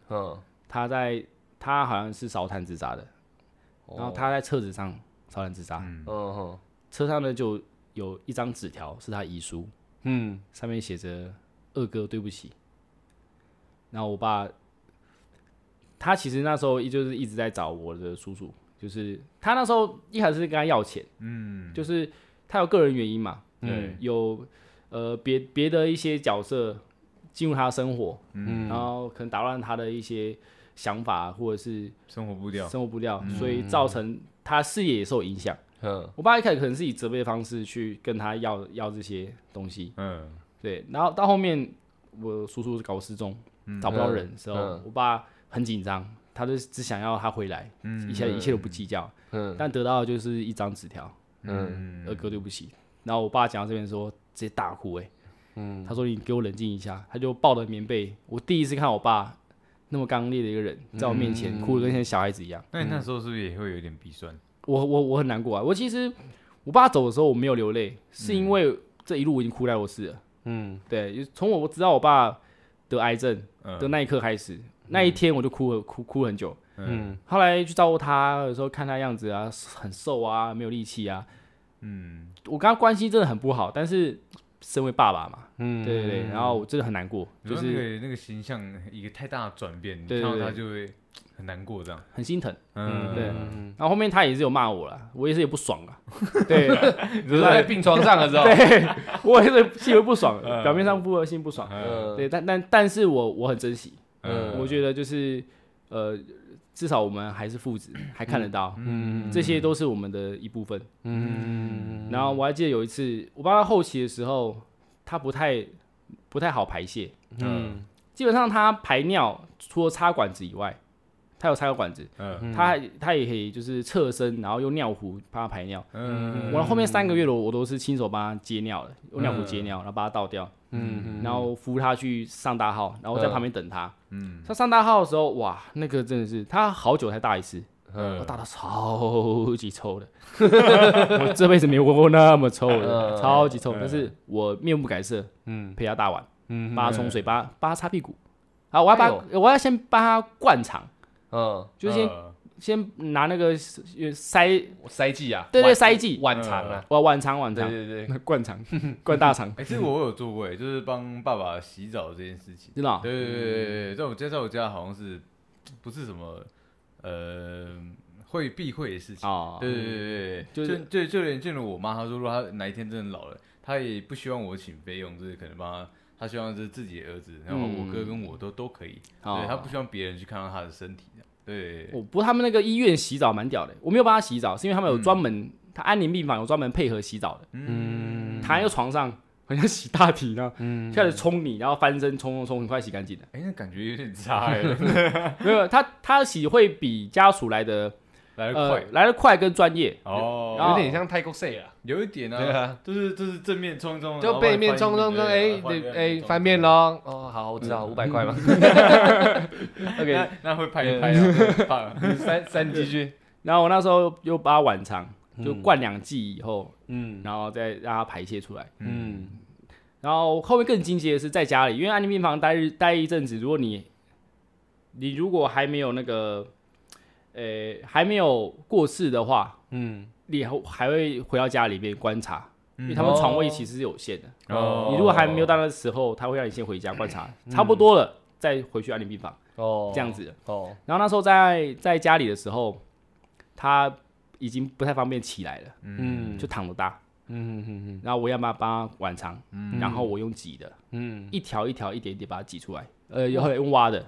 他好像是烧炭自杀的，然后他在车子上烧炭自杀，车上呢就有一张纸条是他遗书，上面写着“二哥对不起”，然后我爸，他其实那时候就是一直在找我的叔叔，就是他那时候一开始是跟他要钱，就是他有个人原因嘛，有别的一些角色进入他的生活，然后可能打乱他的一些想法或者是生活步调， 所以造成他事业也受影响。我爸一开始可能是以责备的方式去跟他要这些东西，对，然后到后面我叔叔搞失踪，找不到人的时候，我爸很紧张，他就只想要他回来，一切都不计较，但得到的就是一张纸条，二哥对不起。然后我爸讲到这边的时候，直接大哭，他说你给我冷静一下，他就抱着棉被。我第一次看我爸那么刚烈的一个人，在我面前哭得跟像小孩子一样。 那你那时候是不是也会有点鼻酸？ 我很难过啊。我其实我爸走的时候我没有流泪，是因为这一路我已经哭太多次了。对，从我知道我爸得癌症的那一刻开始，那一天我就哭很久。后来去照顾他的时候，看他样子啊，很瘦啊，没有力气啊。我跟他关系真的很不好，但是身为爸爸嘛，对，然后我真的很难过， 就是那个形象一个太大的转变，你看到他就会很难过，这样很心疼，对。然后后面他也是有骂我啦，我也是也不爽啊，对， 就是在病床上的时候， 对，我也是心里不爽，表面上不心不爽，对，但是我很珍惜，我觉得就是至少我们还是父子，还看得到，这些都是我们的一部分，然后我还记得有一次，我爸爸后期的时候，他不太好排泄，基本上他排尿除了插管子以外，他有插管子，他也可以就是侧身，然后用尿壶帮他排尿，我后面3个月我都是亲手帮他接尿的，用尿壶接尿，然后把它倒掉，然后扶他去上大号，然后在旁边等他。他上大号的时候，哇，那个真的是他好久才大一次，大到超级臭的，我这辈子没闻过那么臭的，超级臭。但是我面不改色，陪他大碗，帮他冲水，帮他擦屁股。好，我要先帮他灌肠，就是先拿那个塞剂啊， 对，塞剂， 碗肠啊， 碗肠， 对， 灌肠，灌大肠。 这个我有做过，就是帮爸爸洗澡这件事情， 真的？ 对，在我家好像是不是什么会避讳的事情，对，就连见了我妈，她说如果她哪一天真的老了，她也不希望我请费用，就是可能帮她希望是自己的儿子，然后我哥跟我都可以，对，她不希望别人去看到她的身体。对， 不过他们那个医院洗澡蛮屌的，我没有帮他洗澡，是因为他们有专门，他安宁病房有专门配合洗澡的，躺在一个床上，好像洗大体呢，开始冲你，然后翻身冲，很快洗干净的。 那感觉有点差没有，他洗会比家属来的来得快跟专业哦，有点像泰国赛啊， 有一点啊，对啊，就是正面冲， 就背面冲，翻面咯，哦，好，我知道500块嘛，OK， 那会拍啊 ，3继续， 然后我那时候又把它晚肠，就灌2剂以后，然后再让它排泄出来，然后后面更惊奇的是在家里，因为安宁病房待一阵子，如果你如果还没有那个，还没有过世的话，你还会回到家里面观察，因为他们床位其实是有限的。你如果还没有到那时候，他会让你先回家观察，差不多了再回去安宁病房，这样子。然后那时候在家里的时候，他已经不太方便起来了，就躺着大。然后我要帮他晚肠，然后我用挤的，一条一条一点点把它挤出来，用挖的。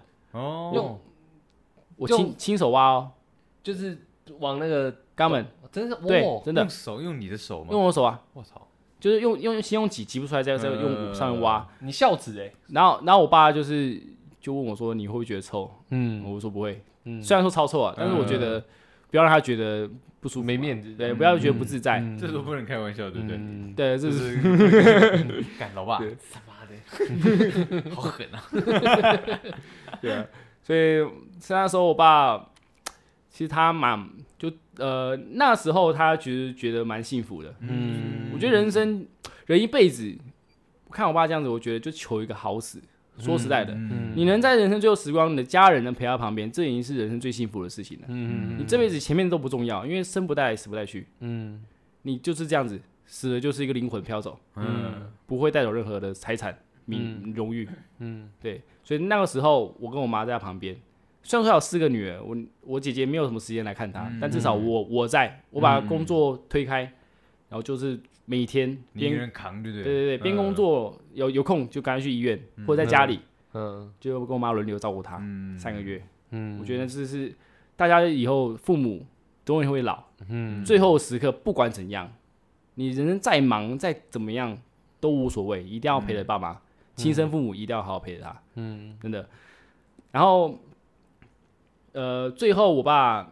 我亲手挖哦， 就是往那个肛门， 真的对，真的用你的手吗？ 用我手啊！ 我操， 就是先用挤不出来，再用上面挖。 你孝子然后我爸就问我说：“你会不会觉得臭？”我说不会。虽然说超臭啊，但是我觉得不要让他觉得不舒服， 没面子， 对，不要觉得不自在。 这时候不能开玩笑，对不对？ 对，这是干老爸，他妈的，好狠啊！ 对啊，所以那时候我爸其实他那时候他觉得蛮幸福的。我觉得人一辈子，看我爸这样子，我觉得就求一个好死。说实在的，你能在人生最后时光，你的家人能陪在旁边，这已经是人生最幸福的事情了。你这辈子前面都不重要，因为生不带来，死不带去。你就是这样子，死了就是一个灵魂飘走，不会带走任何的财产、荣誉。对，所以那个时候我跟我妈在她旁边，虽然说有4个女儿，我姐姐没有什么时间来看她，但至少我把工作推开，然后就是每天边人扛，对不对？ 对，边工作有空就赶快去医院，或者在家里，就跟我妈轮流照顾她3个月。我觉得这是大家以后父母总有会老，最后时刻不管怎样，你人生再忙再怎么样都无所谓，一定要陪着爸妈，亲生父母一定要好好陪着他，真的。然后最后我爸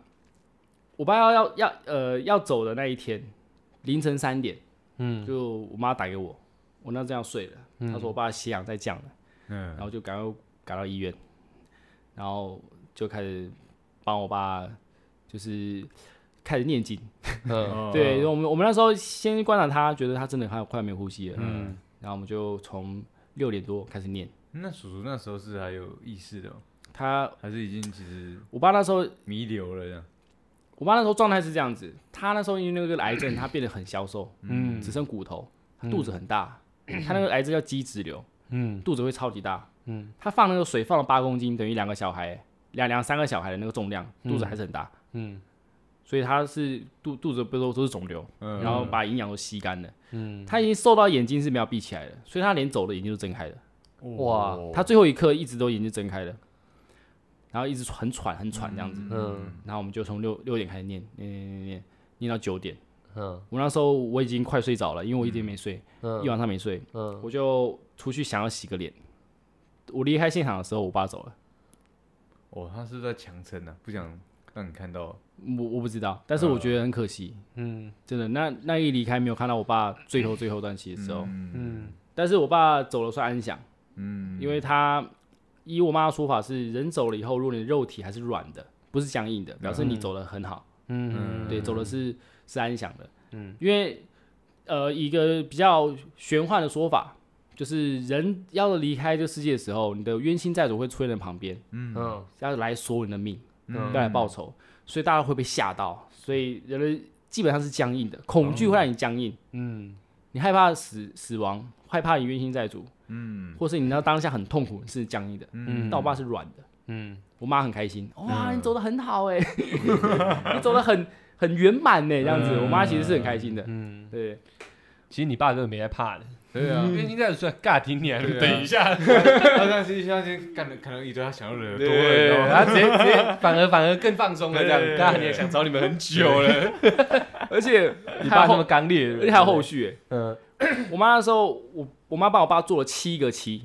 要走的那一天，凌晨3点。就我妈打给我，我那这样睡了。她说我爸血氧在降了，然后就赶快赶到医院，然后就开始帮我爸，就是开始念经。对，我们那时候先观察他，觉得他真的快没有呼吸了。然后我们就从6点多开始念。 那叔叔那时候是还有意识的， 他还是已经其实我爸那时候弥留了这样。 我爸那时候状态是这样子，他那时候因为那个癌症，他变得很消瘦，只剩骨头，他肚子很大，他那个癌症叫肌脂瘤，肚子会超级大，他放那个水放了8公斤，等于2个小孩，2-3个小孩的那个重量，肚子还是很大，所以他是肚子都是肿瘤，然后把营养都吸干了，他已经瘦到眼睛是没有闭起来了，所以他连走的眼睛都睁开了，哇，他最后一刻一直都眼睛睁开了。然后一直很喘这样子，然后我们就从6点开始念到9点，我那时候我已经快睡着了，因为我一天没睡，一晚上没睡，我就出去想要洗个脸。我离开现场的时候，我爸走了。 他是在强撑啊，不想让你看到。 我不知道，但是我觉得很可惜，真的，那一离开没有看到我爸最后段期的时候，但是我爸走了算安详，因为他。以我妈的说法是，人走了以后，如果你的肉体还是软的，不是僵硬的，表示你走得很好。对，走的是安详的。因为一个比较玄幻的说法，就是人要离开这个世界的时候，你的冤亲债主会出现在旁边，要来索你的命，要来报仇，所以大家会被吓到，所以人的基本上是僵硬的，恐惧会让你僵硬。你害怕死亡，害怕你冤亲债主。或是你那当下很痛苦是僵硬的，但我爸是软的，我妈很开心，哇，你走得很好哎，你走得很圆满呢，这样子，我妈其实是很开心的，对， 其实你爸根本没在怕的， 对啊， 因为你这样说尬听你，等一下， 他先可能以为他想要惹多了， 他直接反而更放松了，这样，尬听想找你们很久了， 而且你爸那么刚烈， 而且还有后续，我妈那时候我妈帮我爸做了7个7，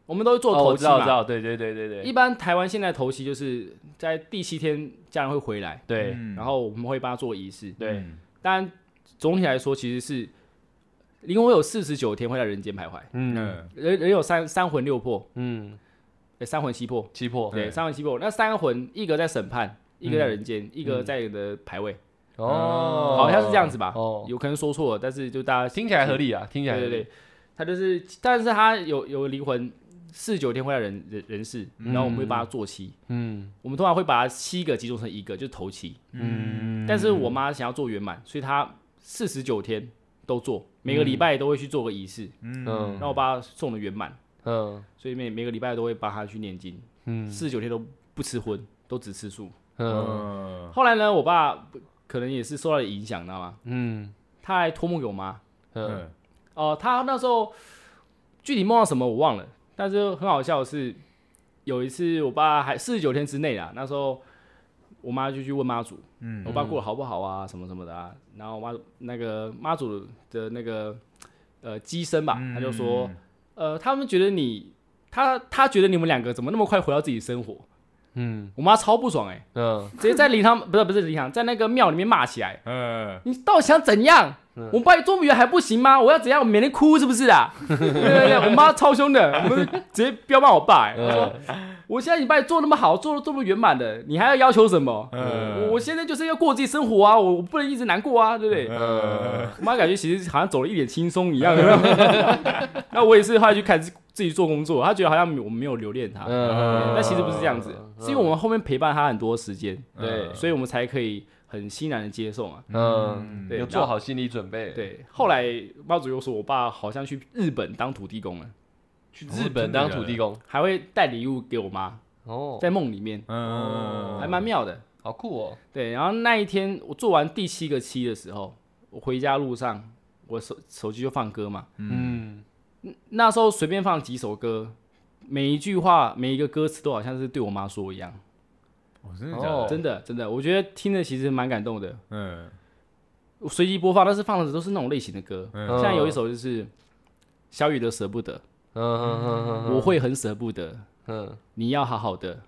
我们都会做头七嘛。 我知道，对。 一般台湾现在头七就是在第7天家人会回来， 对， 然后我们会帮他做仪式， 对。 当然总体来说，其实是灵魂会有49天会在人间徘徊，人有三魂6魄，3魂7魄，对，3魂7魄。那3个魂，一个在审判，一个在人间，一个在你的牌位。好像是这样子吧？有可能说错了，但是就大家听起来合理啊，听起来对，他就是，但是他有灵魂49天会在人世，然后我们会帮他做七，我们通常会把它7个集中成一个，就是头七，但是我妈想要做圆满，所以她49天都做，每个礼拜都会去做个仪式，然后我把她送的圆满，所以每个礼拜都会帮她去念经，49天都不吃荤，都只吃素，后来呢，我爸可能也是受到影响，你知道吗？他还托梦给我妈，他那时候具体梦到什么我忘了，但是很好笑的是，有一次我爸还49天之内啦，那时候我妈就去问妈祖，我爸过得好不好啊，什么什么的啊，然后妈祖的那个机身吧，他就说，他们觉得他觉得你们2个怎么那么快回到自己生活。我妈超不爽直接在灵堂不是灵堂，在那个庙里面骂起来。你到底想怎样？我把你做圆还不行吗？我要怎样？我每天哭是不是啊？对，我妈超凶的，我们直接彪骂我爸。她说：“我现在你把你做那么好，做这么圆满的，你还要求什么？我现在就是要过自己生活啊，我不能一直难过啊，对不对？”我妈感觉其实好像走了一点轻松一样。那我也是后来去看自己做工作，她觉得好像我们没有留恋她，但其实不是这样子，是因为我们后面陪伴她很多时间，对，所以我们才可以很欣然的接受嘛， 对，有做好心理准备。 对，后来妈祖又说我爸好像去日本当土地公了， 去日本当土地公， 还会带礼物给我妈，在梦里面，还蛮妙的， 好酷哦。 对，然后那一天我做完第7个七的时候，我回家路上，我手机就放歌嘛，那时候随便放几首歌，每一句话每一个歌词都好像是对我妈说一样。 真的假的？ 真的，我觉得听的其实蛮感动的。我随机播放，但是放的都是那种类型的歌。像有一首就是小雨的舍不得，我会很舍不得，你要好好的，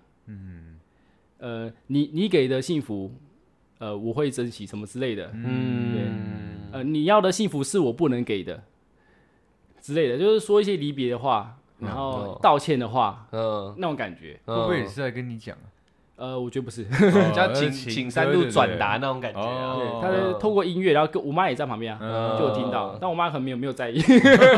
你给的幸福，我会珍惜什么之类的，你要的幸福是我不能给的之类的，就是说一些离别的话，然后道歉的话，那种感觉， 会不会也是在跟你讲啊？ 我觉得不是， 叫请三度转达那种感觉啊。 对，他是透过音乐，然后跟我妈也在旁边啊，就有听到，但我妈可能没有在意。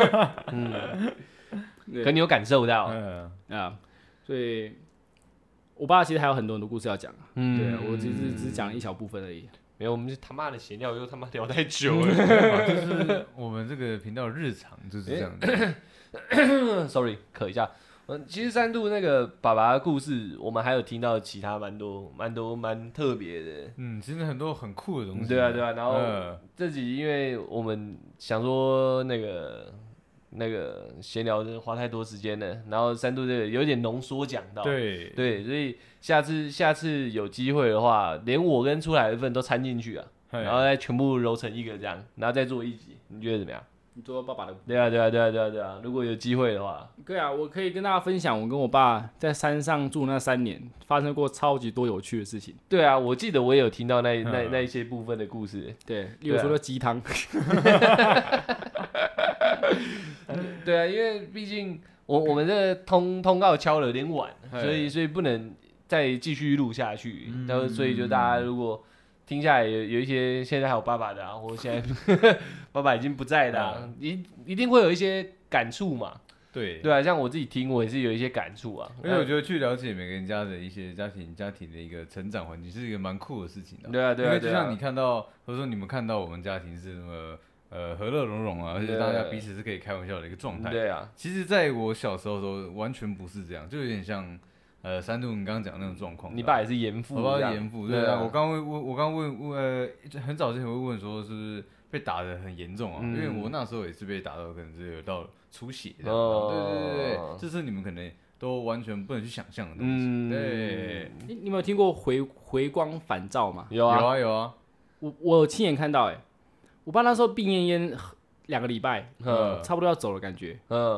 可你有感受到所以我爸其实还有很多故事要讲。对，我只讲了一小部分而已。 没有，我们就他妈的闲聊又他妈聊太久了。 就是我们这个频道日常就是这样子。 Sorry， 咳一下。其实三度那个爸爸的故事，我们还有听到其他蛮特别的。 其实很多很酷的东西。 对啊。然后这集因为我们想说那个闲聊的花太多时间了，然后三度这个有点浓缩讲到。对，所以下次有机会的话，连我跟出来的份都掺进去啊，然后再全部揉成一个这样，然后再做一集，你觉得怎么样？ 你做爸爸的。 对啊，如果有机会的话， 对啊，我可以跟大家分享，我跟我爸在山上住那3年，发生过超级多有趣的事情。 对啊，我记得我也有听到那一些部分的故事。 对，例如说鸡汤。 对啊，因为毕竟我们这个通告敲了有点晚，所以不能再继续录下去。然后所以就大家如果听下来有一些现在还有爸爸的啊，或现在爸爸已经不在的啊，一定会有一些感触嘛。对啊，像我自己听，我也是有一些感触啊。 因为我觉得去了解每个人家的一些家庭的一个成长环境，是一个蛮酷的事情的。 对啊。 因为就像你看到，或者说你们看到我们家庭是那么和乐融融啊，而且大家彼此是可以开玩笑的一个状态。 对啊。其实在我小时候的时候，完全不是这样，就有点像。三度你刚刚讲的那种状况， 你爸也是严父， 我爸是严父，对啊。我刚问，很早之前会问说是不是被打得很严重啊？因为我那时候也是被打到，可能是有到出血这样。对，这是你们可能都完全不能去想象的东西。对， 你有没有听过回光返照吗？ 有啊。 我有亲眼看到，我爸那时候病恹恹2个礼拜，差不多要走了感觉。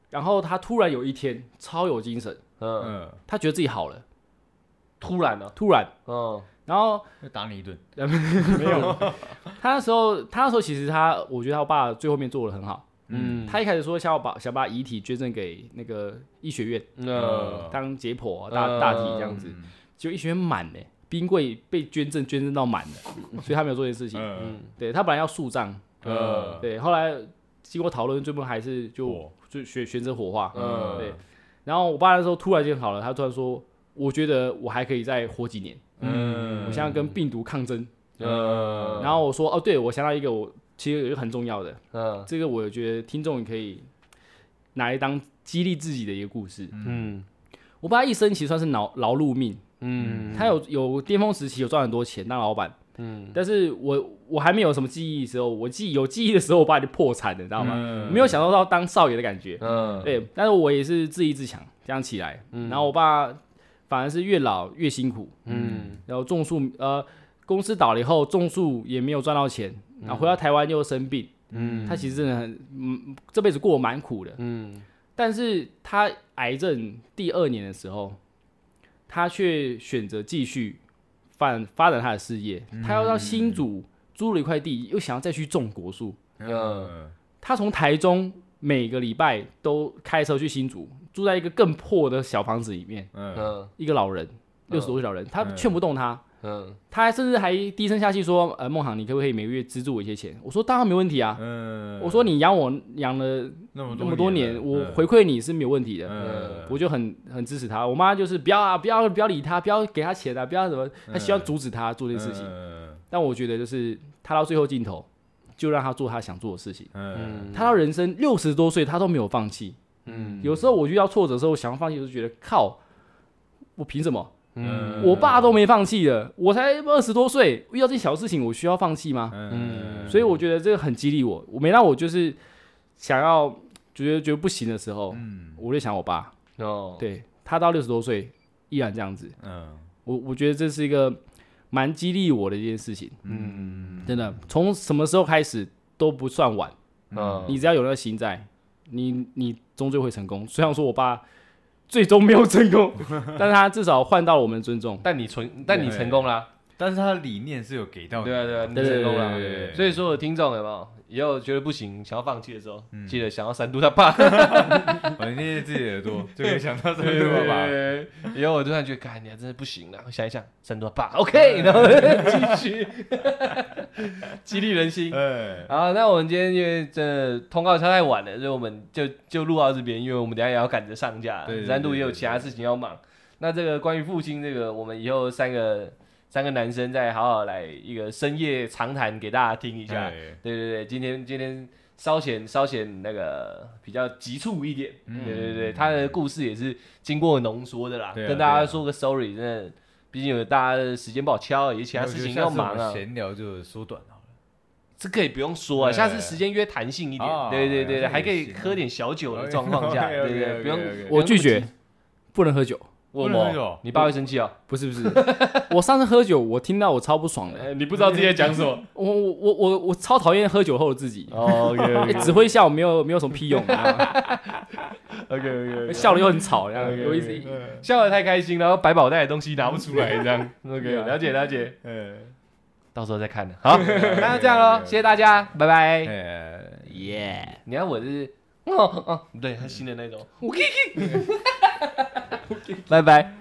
然后他突然有一天超有精神，他觉得自己好了， 突然， 然后打你一顿， 没有，他那时候其实我觉得他爸最后面做的很好，他一开始说想把遗体捐赠给那个医学院，当解剖大体这样子，结果医学院满了，冰柜被捐赠到满了，所以他没有做这件事情，对他本来要树葬，对，后来经过讨论，最后还是就选择火化，对，然后我爸那时候突然间好了，他突然说，我觉得我还可以再活几年。我现在跟病毒抗争，然后我说对，我想到一个我其实有一个很重要的，这个我觉得听众也可以拿来当激励自己的一个故事。我爸一生其实算是劳碌命，他有巅峰时期有赚很多钱当老板，但是我还没有什么记忆的时候，有记忆的时候，我爸就破产了，你知道吗？没有享受到当少爷的感觉，对，但是我也是自立自强这样起来，然后我爸反而是越老越辛苦，然后种树，公司倒了以后种树也没有赚到钱，然后回到台湾又生病，他其实真的这辈子过得蛮苦的，但是他癌症第2年的时候，他却选择继续发展他的事业，他要到新竹租了一块地，又想要再去种果树，他从台中每个礼拜都开车去新竹。住在一个更破的小房子里面，一个老人，60多岁老人，他劝不动他，他甚至还低声下气说：“孟航，你可不可以每个月资助我一些钱？”我说：“当然没问题啊。”我说：“你养我养了那么多年，我回馈你是没有问题的。”我就很支持他。我妈就是不要理他，不要给他钱啊，不要什么，他希望阻止他做这件事情。但我觉得就是他到最后尽头，就让他做他想做的事情。他到人生60多岁，他都没有放弃。有时候我遇到挫折的时候，想要放弃，我就觉得靠，我凭什么？我爸都没放弃了，我才20多岁，遇到这些小事情，我需要放弃吗？所以我觉得这个很激励我。每当我就是想要觉得不行的时候，我就想我爸。对，他到60多岁依然这样子。我觉得这是一个蛮激励我的一件事情。真的，从什么时候开始都不算晚。你只要有那个心在。你终究会成功，虽然说我爸最终没有成功，但是他至少换到了我们的尊重。 但你成功啦， 但是他的理念是有给到你。 对，你成功了。所以说，听众有没有以后觉得不行，想要放弃的时候，记得想要闪度他爸。 我捏捏自己的耳朵，就可以想到闪度他爸。 以后我突然觉得，干你真的不行了，想一想，闪度他爸 ，OK， 然后继续激励人心。好，那我们今天因为真的通告超太晚了，所以我们就录到这边，因为我们等一下也要赶着上架，三度也有其他事情要忙。那这个关于父亲这个，我们以后三个男生再好好来一个深夜长谈给大家听一下。对，今天稍显那个比较急促一点。对，他的故事也是经过浓缩的啦，跟大家说个 sorry， 真的，毕竟有大家的时间不好敲，也其他事情要忙啊。 闲聊就缩短好了， 这个也不用说啊，下次时间约弹性一点。对，还可以喝点小酒的状况下，对，不用。 我拒绝，不能喝酒。 不能喝酒，你爸会生气哦？ 不是，我上次喝酒，我听到我超不爽的。 你不知道自己在讲什么？ 我超讨厌喝酒后的自己。OK， 只会笑，没有什么屁用。OK， 笑了又很吵，这样有意思。 笑得太开心，然后百宝袋的东西拿不出来，这样。OK， 了解。到时候再看的。好，那就这样咯，谢谢大家，拜拜。耶！你看我是，对，他新的那种。拜拜。